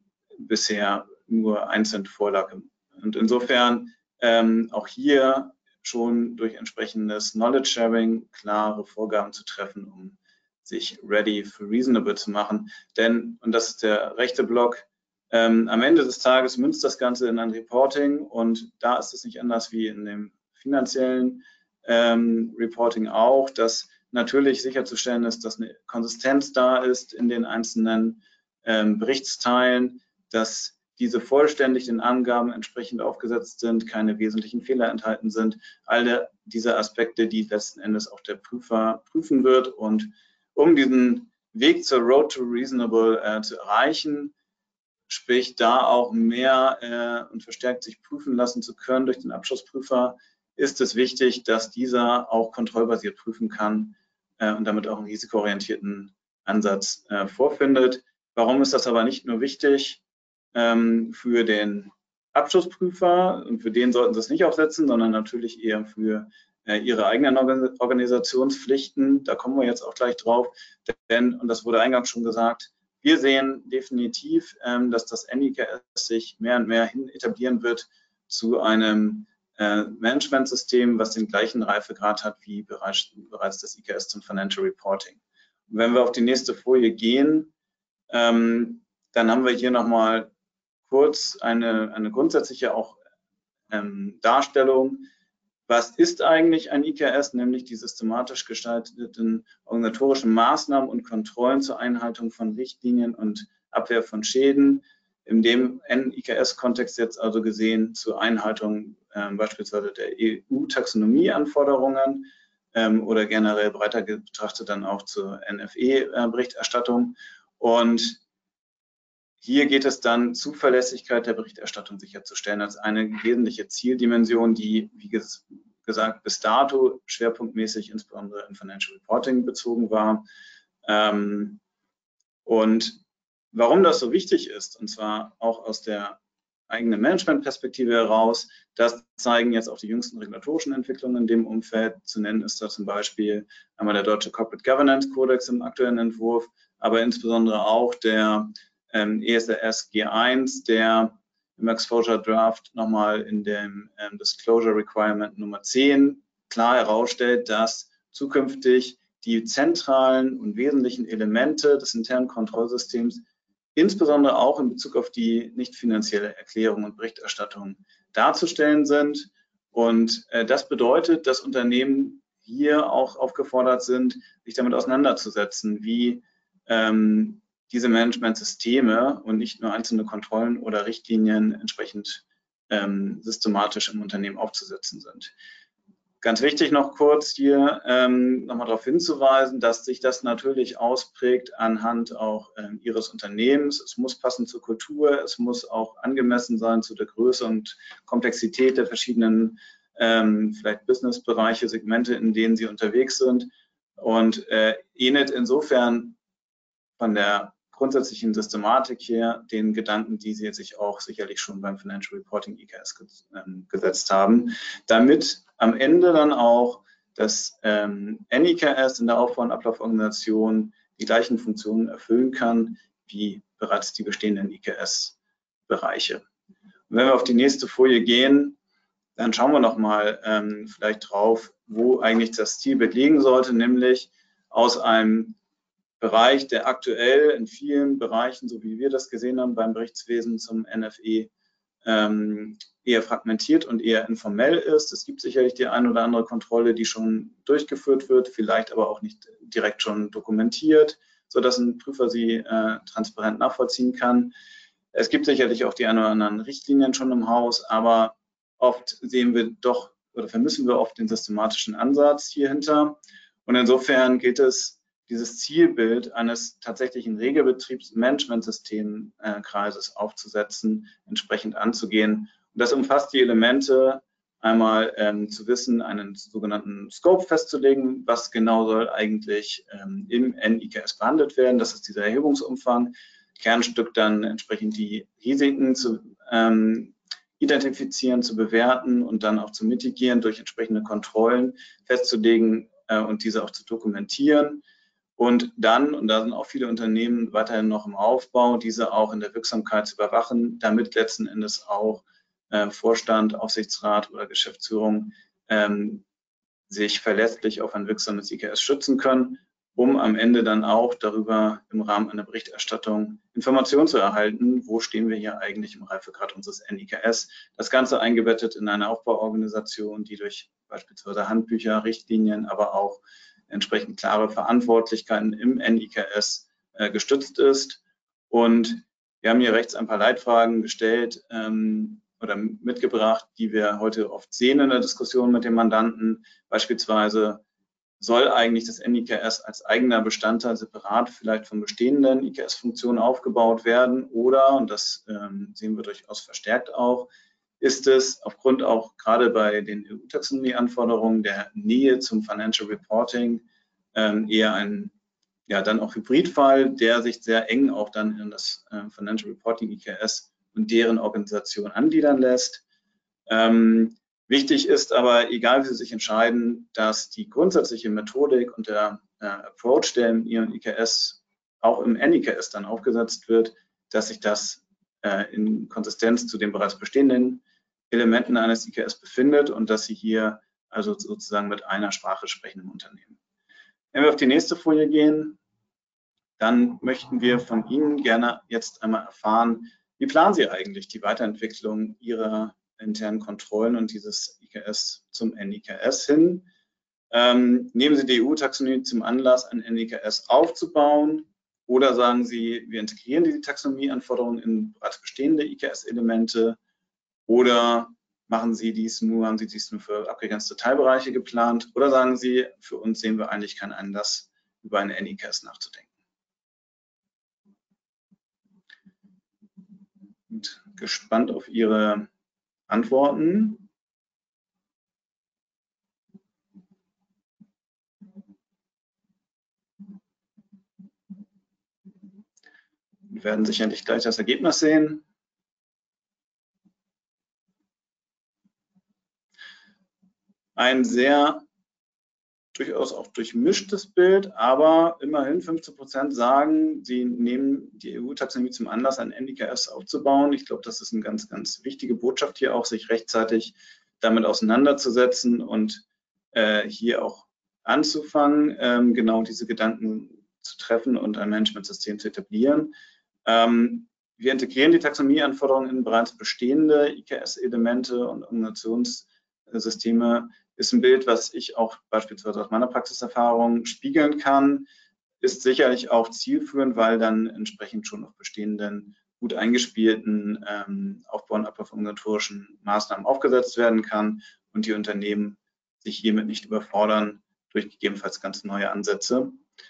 bisher nur einzeln vorlag. Und insofern ähm, auch hier schon durch entsprechendes Knowledge Sharing klare Vorgaben zu treffen, um sich ready for reasonable zu machen. Denn, und das ist der rechte Block, ähm, am Ende des Tages münzt das Ganze in ein Reporting und da ist es nicht anders wie in dem finanziellen ähm, Reporting auch, dass natürlich sicherzustellen ist, dass eine Konsistenz da ist in den einzelnen ähm, Berichtsteilen, dass diese vollständig den Angaben entsprechend aufgesetzt sind, keine wesentlichen Fehler enthalten sind. Alle diese Aspekte, die letzten Endes auch der Prüfer prüfen wird. Und um diesen Weg zur Road to Reasonable äh, zu erreichen, sprich da auch mehr äh, und verstärkt sich prüfen lassen zu können durch den Abschlussprüfer, ist es wichtig, dass dieser auch kontrollbasiert prüfen kann äh, und damit auch einen risikoorientierten Ansatz äh, vorfindet. Warum ist das aber nicht nur wichtig ähm, für den Abschlussprüfer und für den sollten Sie es nicht aufsetzen, sondern natürlich eher für äh, Ihre eigenen Organisationspflichten. Da kommen wir jetzt auch gleich drauf, denn, und das wurde eingangs schon gesagt, wir sehen definitiv, ähm, dass das N I K S sich mehr und mehr hin etablieren wird zu einem äh, Managementsystem, was den gleichen Reifegrad hat wie bereits, bereits das I K S zum Financial Reporting. Und wenn wir auf die nächste Folie gehen, ähm, dann haben wir hier nochmal kurz eine, eine grundsätzliche auch ähm, Darstellung. Was ist eigentlich ein I K S, nämlich die systematisch gestalteten organisatorischen Maßnahmen und Kontrollen zur Einhaltung von Richtlinien und Abwehr von Schäden, in dem N I K S-Kontext jetzt also gesehen zur Einhaltung äh, beispielsweise der E U-Taxonomie-Anforderungen ähm, oder generell breiter betrachtet dann auch zur N F E-Berichterstattung. Und hier geht es dann, Zuverlässigkeit der Berichterstattung sicherzustellen als eine wesentliche Zieldimension, die, wie gesagt, bis dato schwerpunktmäßig insbesondere im Financial Reporting bezogen war. Und warum das so wichtig ist, und zwar auch aus der eigenen Managementperspektive heraus, das zeigen jetzt auch die jüngsten regulatorischen Entwicklungen in dem Umfeld. Zu nennen ist da zum Beispiel einmal der Deutsche Corporate Governance Kodex im aktuellen Entwurf, aber insbesondere auch der E S R S G eins, der im Exposure Draft nochmal in dem ähm, Disclosure Requirement Nummer zehn klar herausstellt, dass zukünftig die zentralen und wesentlichen Elemente des internen Kontrollsystems, insbesondere auch in Bezug auf die nicht finanzielle Erklärung und Berichterstattung, darzustellen sind. Und äh, das bedeutet, dass Unternehmen hier auch aufgefordert sind, sich damit auseinanderzusetzen, wie ähm, diese Managementsysteme und nicht nur einzelne Kontrollen oder Richtlinien entsprechend ähm, systematisch im Unternehmen aufzusetzen sind. Ganz wichtig noch kurz hier ähm, nochmal darauf hinzuweisen, dass sich das natürlich ausprägt anhand auch ähm, Ihres Unternehmens. Es muss passen zur Kultur, es muss auch angemessen sein zu der Größe und Komplexität der verschiedenen ähm, vielleicht Businessbereiche, Segmente, in denen Sie unterwegs sind und äh, ähnelt insofern von der grundsätzlichen Systematik her den Gedanken, die Sie sich auch sicherlich schon beim Financial Reporting I K S gesetzt haben, damit am Ende dann auch das ähm, N I K S in der Aufbau- und Ablauforganisation die gleichen Funktionen erfüllen kann wie bereits die bestehenden I K S-Bereiche. Und wenn wir auf die nächste Folie gehen, dann schauen wir noch mal ähm, vielleicht drauf, wo eigentlich das Zielbild liegen sollte, nämlich aus einem Bereich, der aktuell in vielen Bereichen, so wie wir das gesehen haben beim Berichtswesen zum N F E, ähm, eher fragmentiert und eher informell ist. Es gibt sicherlich die eine oder andere Kontrolle, die schon durchgeführt wird, vielleicht aber auch nicht direkt schon dokumentiert, sodass ein Prüfer sie äh, transparent nachvollziehen kann. Es gibt sicherlich auch die ein oder anderen Richtlinien schon im Haus, aber oft sehen wir doch oder vermissen wir oft den systematischen Ansatz hierhinter. Und insofern gilt es, dieses Zielbild eines tatsächlichen Regelbetriebsmanagementsystemkreises aufzusetzen, entsprechend anzugehen. Und das umfasst die Elemente Einmal ähm, zu wissen, einen sogenannten Scope festzulegen, was genau soll eigentlich ähm, im N I K S behandelt werden. Das ist dieser Erhebungsumfang. Kernstück dann entsprechend die Risiken zu ähm, identifizieren, zu bewerten und dann auch zu mitigieren durch entsprechende Kontrollen festzulegen äh, und diese auch zu dokumentieren. Und dann, und da sind auch viele Unternehmen weiterhin noch im Aufbau, diese auch in der Wirksamkeit zu überwachen, damit letzten Endes auch äh, Vorstand, Aufsichtsrat oder Geschäftsführung ähm, sich verlässlich auf ein wirksames I K S schützen können, um am Ende dann auch darüber im Rahmen einer Berichterstattung Informationen zu erhalten, wo stehen wir hier eigentlich im Reifegrad unseres N I K S. Das Ganze eingebettet in eine Aufbauorganisation, die durch beispielsweise Handbücher, Richtlinien, aber auch entsprechend klare Verantwortlichkeiten im N I K S äh, gestützt ist. Und wir haben hier rechts ein paar Leitfragen gestellt ähm, oder mitgebracht, die wir heute oft sehen in der Diskussion mit dem Mandanten. Beispielsweise, soll eigentlich das N I K S als eigener Bestandteil separat vielleicht von bestehenden I K S-Funktionen aufgebaut werden? Oder, und das ähm, sehen wir durchaus verstärkt auch, ist es aufgrund auch gerade bei den E U-Taxonomie-Anforderungen der Nähe zum Financial Reporting ähm, eher ein, ja, dann auch Hybridfall, der sich sehr eng auch dann in das äh, Financial Reporting I K S und deren Organisation angliedern lässt. Ähm, wichtig ist aber, egal wie Sie sich entscheiden, dass die grundsätzliche Methodik und der äh, Approach, der in Ihrem I K S, auch im N I K S dann aufgesetzt wird, dass sich das äh, in Konsistenz zu den bereits bestehenden Elementen eines I K S befindet und dass Sie hier also sozusagen mit einer Sprache sprechen im Unternehmen. Wenn wir auf die nächste Folie gehen, dann möchten wir von Ihnen gerne jetzt einmal erfahren, wie planen Sie eigentlich die Weiterentwicklung Ihrer internen Kontrollen und dieses I K S zum N I K S hin? Ähm, nehmen Sie die E U-Taxonomie zum Anlass, ein N I K S aufzubauen? Oder sagen Sie, wir integrieren die Taxonomieanforderungen in bereits bestehende I K S-Elemente? Oder machen Sie dies nur, haben Sie dies nur für abgegrenzte Teilbereiche geplant? Oder sagen Sie, für uns sehen wir eigentlich keinen Anlass, über ein N I K S nachzudenken? Und gespannt auf Ihre Antworten. Wir werden sicherlich gleich das Ergebnis sehen. Ein sehr durchaus auch durchmischtes Bild, aber immerhin fünfzehn Prozent sagen, sie nehmen die E U-Taxonomie zum Anlass, ein N I K S aufzubauen. Ich glaube, das ist eine ganz, ganz wichtige Botschaft hier auch, sich rechtzeitig damit auseinanderzusetzen und äh, hier auch anzufangen, ähm, genau diese Gedanken zu treffen und ein Managementsystem zu etablieren. Ähm, wir integrieren die Taxonomieanforderungen in bereits bestehende I K S-Elemente und Organisationssysteme. Ist ein Bild, was ich auch beispielsweise aus meiner Praxiserfahrung spiegeln kann, ist sicherlich auch zielführend, weil dann entsprechend schon auf bestehenden, gut eingespielten ähm, Aufbau- und ablauforganisatorischen Maßnahmen aufgesetzt werden kann und die Unternehmen sich hiermit nicht überfordern durch gegebenenfalls ganz neue Ansätze.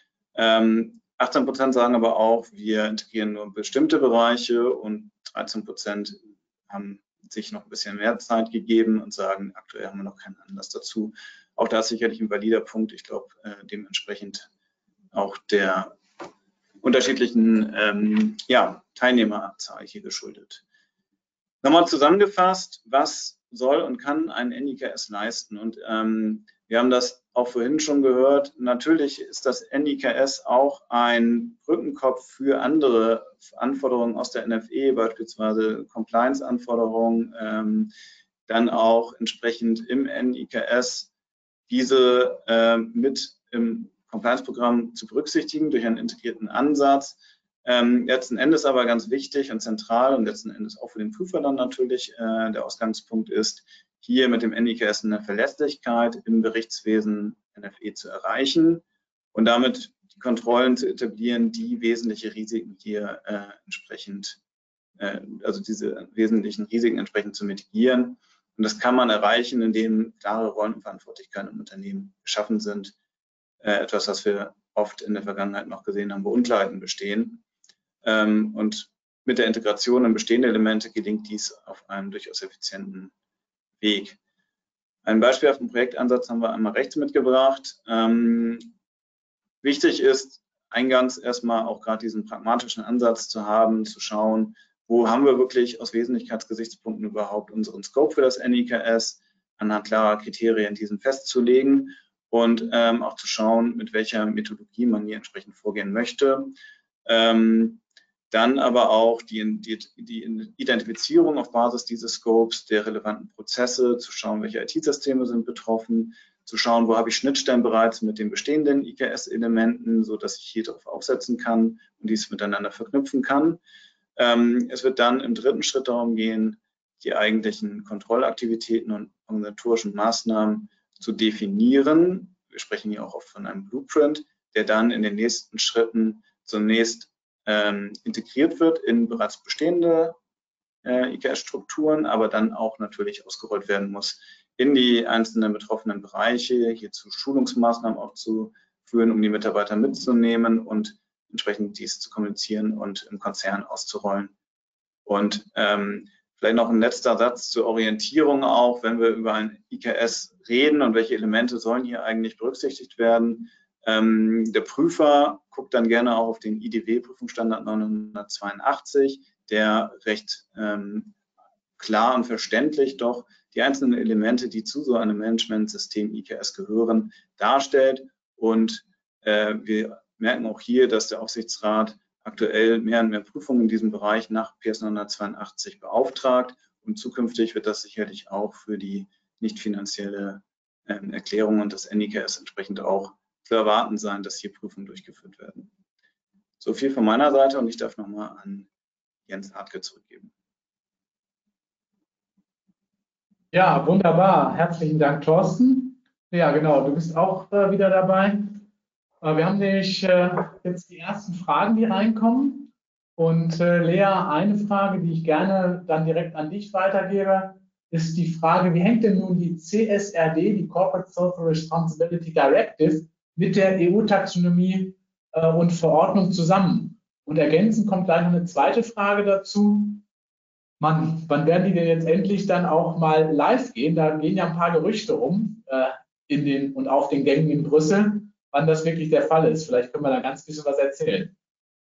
Ähm, achtzehn Prozent sagen aber auch, wir integrieren nur bestimmte Bereiche und dreizehn Prozent haben sich noch ein bisschen mehr Zeit gegeben und sagen, aktuell haben wir noch keinen Anlass dazu. Auch da ist sicherlich ein valider Punkt. Ich glaube, äh, dementsprechend auch der unterschiedlichen ähm, ja, Teilnehmerzahl hier geschuldet. Nochmal zusammengefasst, was soll und kann ein N I K S leisten? Und ähm, wir haben das auch vorhin schon gehört. Natürlich ist das N I K S auch ein Brückenkopf für andere Anforderungen aus der N F E, beispielsweise Compliance-Anforderungen, ähm, dann auch entsprechend im N I K S diese äh, mit im Compliance-Programm zu berücksichtigen durch einen integrierten Ansatz. Ähm, letzten Endes aber ganz wichtig und zentral und letzten Endes auch für den Prüfer dann natürlich äh, der Ausgangspunkt ist, hier mit dem N I K S eine Verlässlichkeit im Berichtswesen N F E zu erreichen und damit die Kontrollen zu etablieren, die wesentliche Risiken hier äh, entsprechend, äh, also diese wesentlichen Risiken entsprechend zu mitigieren. Und das kann man erreichen, indem klare Rollen und Verantwortlichkeiten im Unternehmen geschaffen sind. Äh, etwas, was wir oft in der Vergangenheit noch gesehen haben, wo Unklarheiten bestehen. Ähm, und mit der Integration in bestehende Elemente gelingt dies auf einem durchaus effizienten Weg. Ein Beispiel auf den Projektansatz haben wir einmal rechts mitgebracht. Ähm, wichtig ist, eingangs erstmal auch gerade diesen pragmatischen Ansatz zu haben, zu schauen, wo haben wir wirklich aus Wesentlichkeitsgesichtspunkten überhaupt unseren Scope für das N I K S, anhand klarer Kriterien diesen festzulegen und ähm, auch zu schauen, mit welcher Methodologie man hier entsprechend vorgehen möchte. Ähm, dann aber auch die, die, die Identifizierung auf Basis dieses Scopes der relevanten Prozesse, zu schauen, welche I T-Systeme sind betroffen, zu schauen, wo habe ich Schnittstellen bereits mit den bestehenden I K S-Elementen, sodass ich hier darauf aufsetzen kann und dies miteinander verknüpfen kann. Ähm, es wird dann im dritten Schritt darum gehen, die eigentlichen Kontrollaktivitäten und organisatorischen Maßnahmen zu definieren. Wir sprechen hier auch oft von einem Blueprint, der dann in den nächsten Schritten zunächst ähm, integriert wird in bereits bestehende äh, I K S-Strukturen, aber dann auch natürlich ausgerollt werden muss in die einzelnen betroffenen Bereiche, hierzu Schulungsmaßnahmen auch zu führen, um die Mitarbeiter mitzunehmen und entsprechend dies zu kommunizieren und im Konzern auszurollen. Und ähm, vielleicht noch ein letzter Satz zur Orientierung auch, wenn wir über ein I K S reden und welche Elemente sollen hier eigentlich berücksichtigt werden. Ähm, der Prüfer guckt dann gerne auch auf den I D W-Prüfungsstandard neunhundertzweiundachtzig, der recht ähm, klar und verständlich doch die einzelnen Elemente, die zu so einem Managementsystem I K S gehören, darstellt. Und äh, wir merken auch hier, dass der Aufsichtsrat aktuell mehr und mehr Prüfungen in diesem Bereich nach P S neunhundertzweiundachtzig beauftragt. Und zukünftig wird das sicherlich auch für die nicht finanzielle ähm, Erklärung und das N I K S entsprechend auch zu erwarten sein, dass hier Prüfungen durchgeführt werden. So viel von meiner Seite und ich darf nochmal an Jens Hartke zurückgeben. Ja, wunderbar. Herzlichen Dank, Thorsten. Ja, genau, du bist auch äh, wieder dabei. Äh, wir haben nämlich äh, jetzt die ersten Fragen, die reinkommen. Und äh, Lea, eine Frage, die ich gerne dann direkt an dich weitergebe, ist die Frage, wie hängt denn nun die C S R D, die Corporate Social Responsibility Directive, mit der E U-Taxonomie äh, und Verordnung zusammen? Und ergänzend kommt gleich noch eine zweite Frage dazu. Mann, wann werden die denn jetzt endlich dann auch mal live gehen? Da gehen ja ein paar Gerüchte rum äh, in den und auf den Gängen in Brüssel, wann das wirklich der Fall ist. Vielleicht können wir da ganz bisschen was erzählen.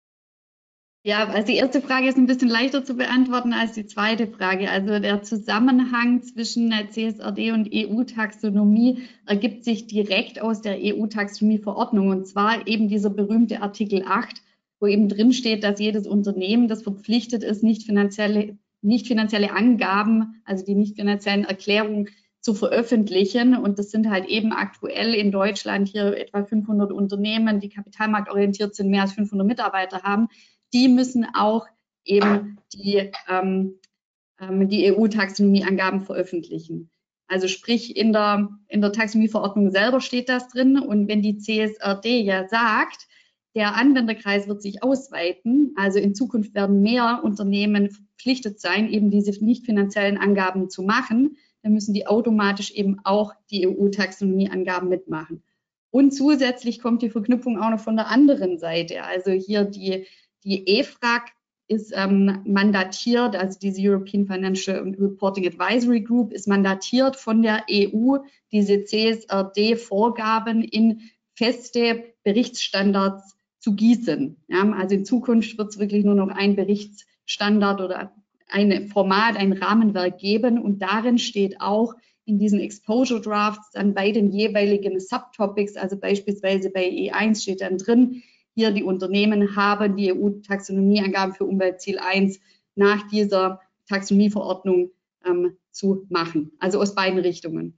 Ja, also die erste Frage ist ein bisschen leichter zu beantworten als die zweite Frage. Also der Zusammenhang zwischen der C S R D und E U-Taxonomie ergibt sich direkt aus der E U-Taxonomie-Verordnung, und zwar eben dieser berühmte Artikel acht, wo eben drin steht, dass jedes Unternehmen, das verpflichtet ist, nicht finanzielle, nicht finanzielle Angaben, also die nicht finanziellen Erklärungen zu veröffentlichen. Und das sind halt eben aktuell in Deutschland hier etwa fünfhundert Unternehmen, die kapitalmarktorientiert sind, mehr als fünfhundert Mitarbeiter haben. Die müssen auch eben die, ähm, die E U-Taxonomie-Angaben veröffentlichen. Also sprich, in der, in der Taxonomie-Verordnung selber steht das drin. Und wenn die C S R D ja sagt, der Anwenderkreis wird sich ausweiten, also in Zukunft werden mehr Unternehmen verpflichtet sein, eben diese nicht finanziellen Angaben zu machen, dann müssen die automatisch eben auch die E U-Taxonomie-Angaben mitmachen. Und zusätzlich kommt die Verknüpfung auch noch von der anderen Seite. Also hier die Die E F R A G ist ähm, mandatiert, also diese European Financial Reporting Advisory Group ist mandatiert von der E U, diese C S R D-Vorgaben in feste Berichtsstandards zu gießen. Ja, also in Zukunft wird es wirklich nur noch ein Berichtsstandard oder ein Format, ein Rahmenwerk geben, und darin steht auch in diesen Exposure Drafts dann bei den jeweiligen Subtopics, also beispielsweise bei E eins steht dann drin, hier die Unternehmen haben die E U-Taxonomieangaben für Umweltziel eins nach dieser Taxonomieverordnung ähm, zu machen. Also aus beiden Richtungen.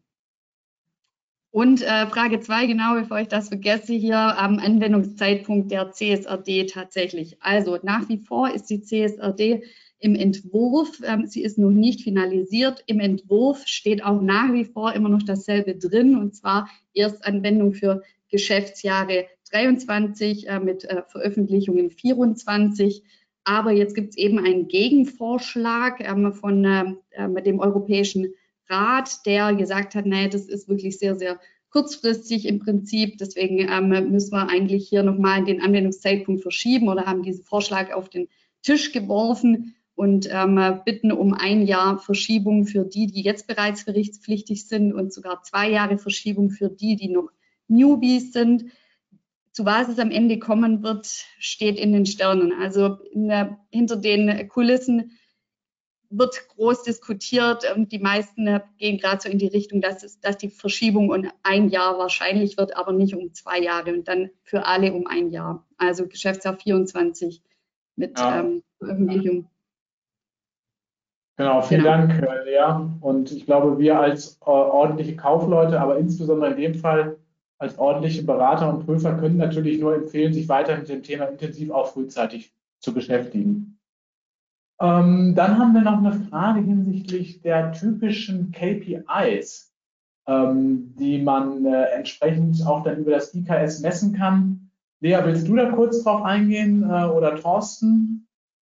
Und äh, Frage zwei, genau, bevor ich das vergesse, hier am Anwendungszeitpunkt der C S R D tatsächlich. Also nach wie vor ist die C S R D im Entwurf, ähm, sie ist noch nicht finalisiert. Im Entwurf steht auch nach wie vor immer noch dasselbe drin, und zwar Erstanwendung für Geschäftsjahre dreiundzwanzig äh, mit äh, Veröffentlichungen vierundzwanzig. Aber jetzt gibt es eben einen Gegenvorschlag ähm, von äh, dem Europäischen Rat, der gesagt hat, nee, das ist wirklich sehr, sehr kurzfristig im Prinzip. Deswegen ähm, müssen wir eigentlich hier nochmal den Anwendungszeitpunkt verschieben oder haben diesen Vorschlag auf den Tisch geworfen. und ähm, bitten um ein Jahr Verschiebung für die, die jetzt bereits berichtspflichtig sind und sogar zwei Jahre Verschiebung für die, die noch Newbies sind. Zu was es am Ende kommen wird, steht in den Sternen. Also in der, hinter den Kulissen wird groß diskutiert und die meisten gehen gerade so in die Richtung, dass, es, dass die Verschiebung um ein Jahr wahrscheinlich wird, aber nicht um zwei Jahre und dann für alle um ein Jahr. Also Geschäftsjahr vierundzwanzig mit Ja. ähm, Veröffentlichung. Genau, vielen Genau. Dank, Lea. Und ich glaube, wir als äh, ordentliche Kaufleute, aber insbesondere in dem Fall als ordentliche Berater und Prüfer können natürlich nur empfehlen, sich weiter mit dem Thema intensiv auch frühzeitig zu beschäftigen. Ähm, dann haben wir noch eine Frage hinsichtlich der typischen K P Is, ähm, die man äh, entsprechend auch dann über das I K S messen kann. Lea, willst du da kurz drauf eingehen äh, oder Thorsten?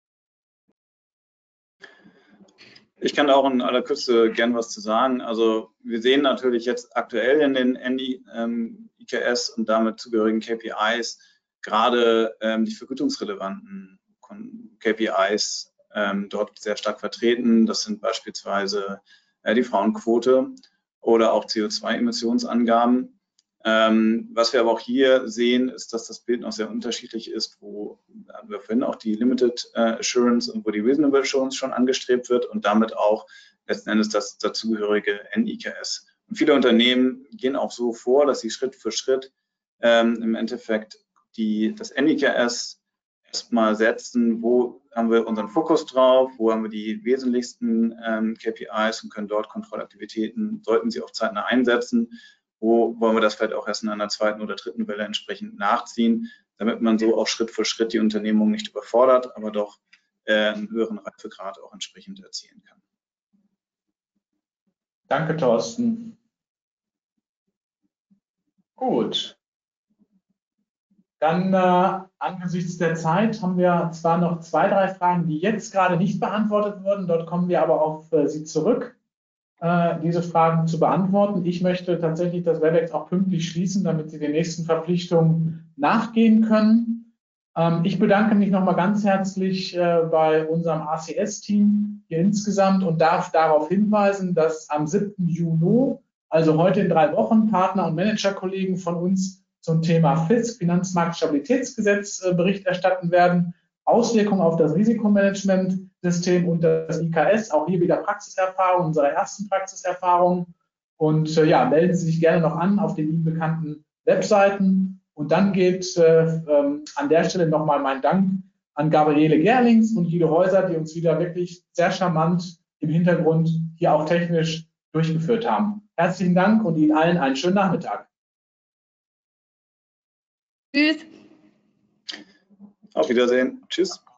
Ich kann da auch in aller Kürze gern was zu sagen. Also wir sehen natürlich jetzt aktuell in den ähm, I K S und damit zugehörigen K P Is gerade ähm, die vergütungsrelevanten K P Is ähm, dort sehr stark vertreten. Das sind beispielsweise äh, die Frauenquote oder auch C O zwei Emissionsangaben. Ähm, was wir aber auch hier sehen, ist, dass das Bild noch sehr unterschiedlich ist, wo wir vorhin auch die Limited äh, Assurance und wo die Reasonable Assurance schon angestrebt wird und damit auch letzten Endes das dazugehörige N I K S. Und viele Unternehmen gehen auch so vor, dass sie Schritt für Schritt ähm, im Endeffekt die, das N I K S erstmal setzen, wo haben wir unseren Fokus drauf, wo haben wir die wesentlichsten ähm, K P Is und können dort Kontrollaktivitäten, sollten sie auch zeitnah einsetzen. Wo wollen wir das vielleicht auch erst in einer zweiten oder dritten Welle entsprechend nachziehen, damit man so auch Schritt für Schritt die Unternehmung nicht überfordert, aber doch äh, einen höheren Reifegrad auch entsprechend erzielen kann. Danke, Thorsten. Gut. Dann äh, angesichts der Zeit haben wir zwar noch zwei, drei Fragen, die jetzt gerade nicht beantwortet wurden. Dort kommen wir aber auf äh, Sie zurück, äh, diese Fragen zu beantworten. Ich möchte tatsächlich das Webex auch pünktlich schließen, damit Sie den nächsten Verpflichtungen nachgehen können. Ähm, ich bedanke mich nochmal ganz herzlich äh, bei unserem A C S-Team hier insgesamt und darf darauf hinweisen, dass am siebten Juni, also heute in drei Wochen, Partner- und Managerkollegen von uns zum Thema F I S, Finanzmarktstabilitätsgesetz, äh, Bericht erstatten werden. Auswirkungen auf das Risikomanagementsystem und das I K S, auch hier wieder Praxiserfahrung, unsere ersten Praxiserfahrungen. Und äh, ja, melden Sie sich gerne noch an auf den Ihnen bekannten Webseiten. Und dann geht äh, ähm, an der Stelle nochmal mein Dank an Gabriele Gerlings und Guido Häuser, die uns wieder wirklich sehr charmant im Hintergrund hier auch technisch durchgeführt haben. Herzlichen Dank und Ihnen allen einen schönen Nachmittag. Tschüss. Auf Wiedersehen. Tschüss.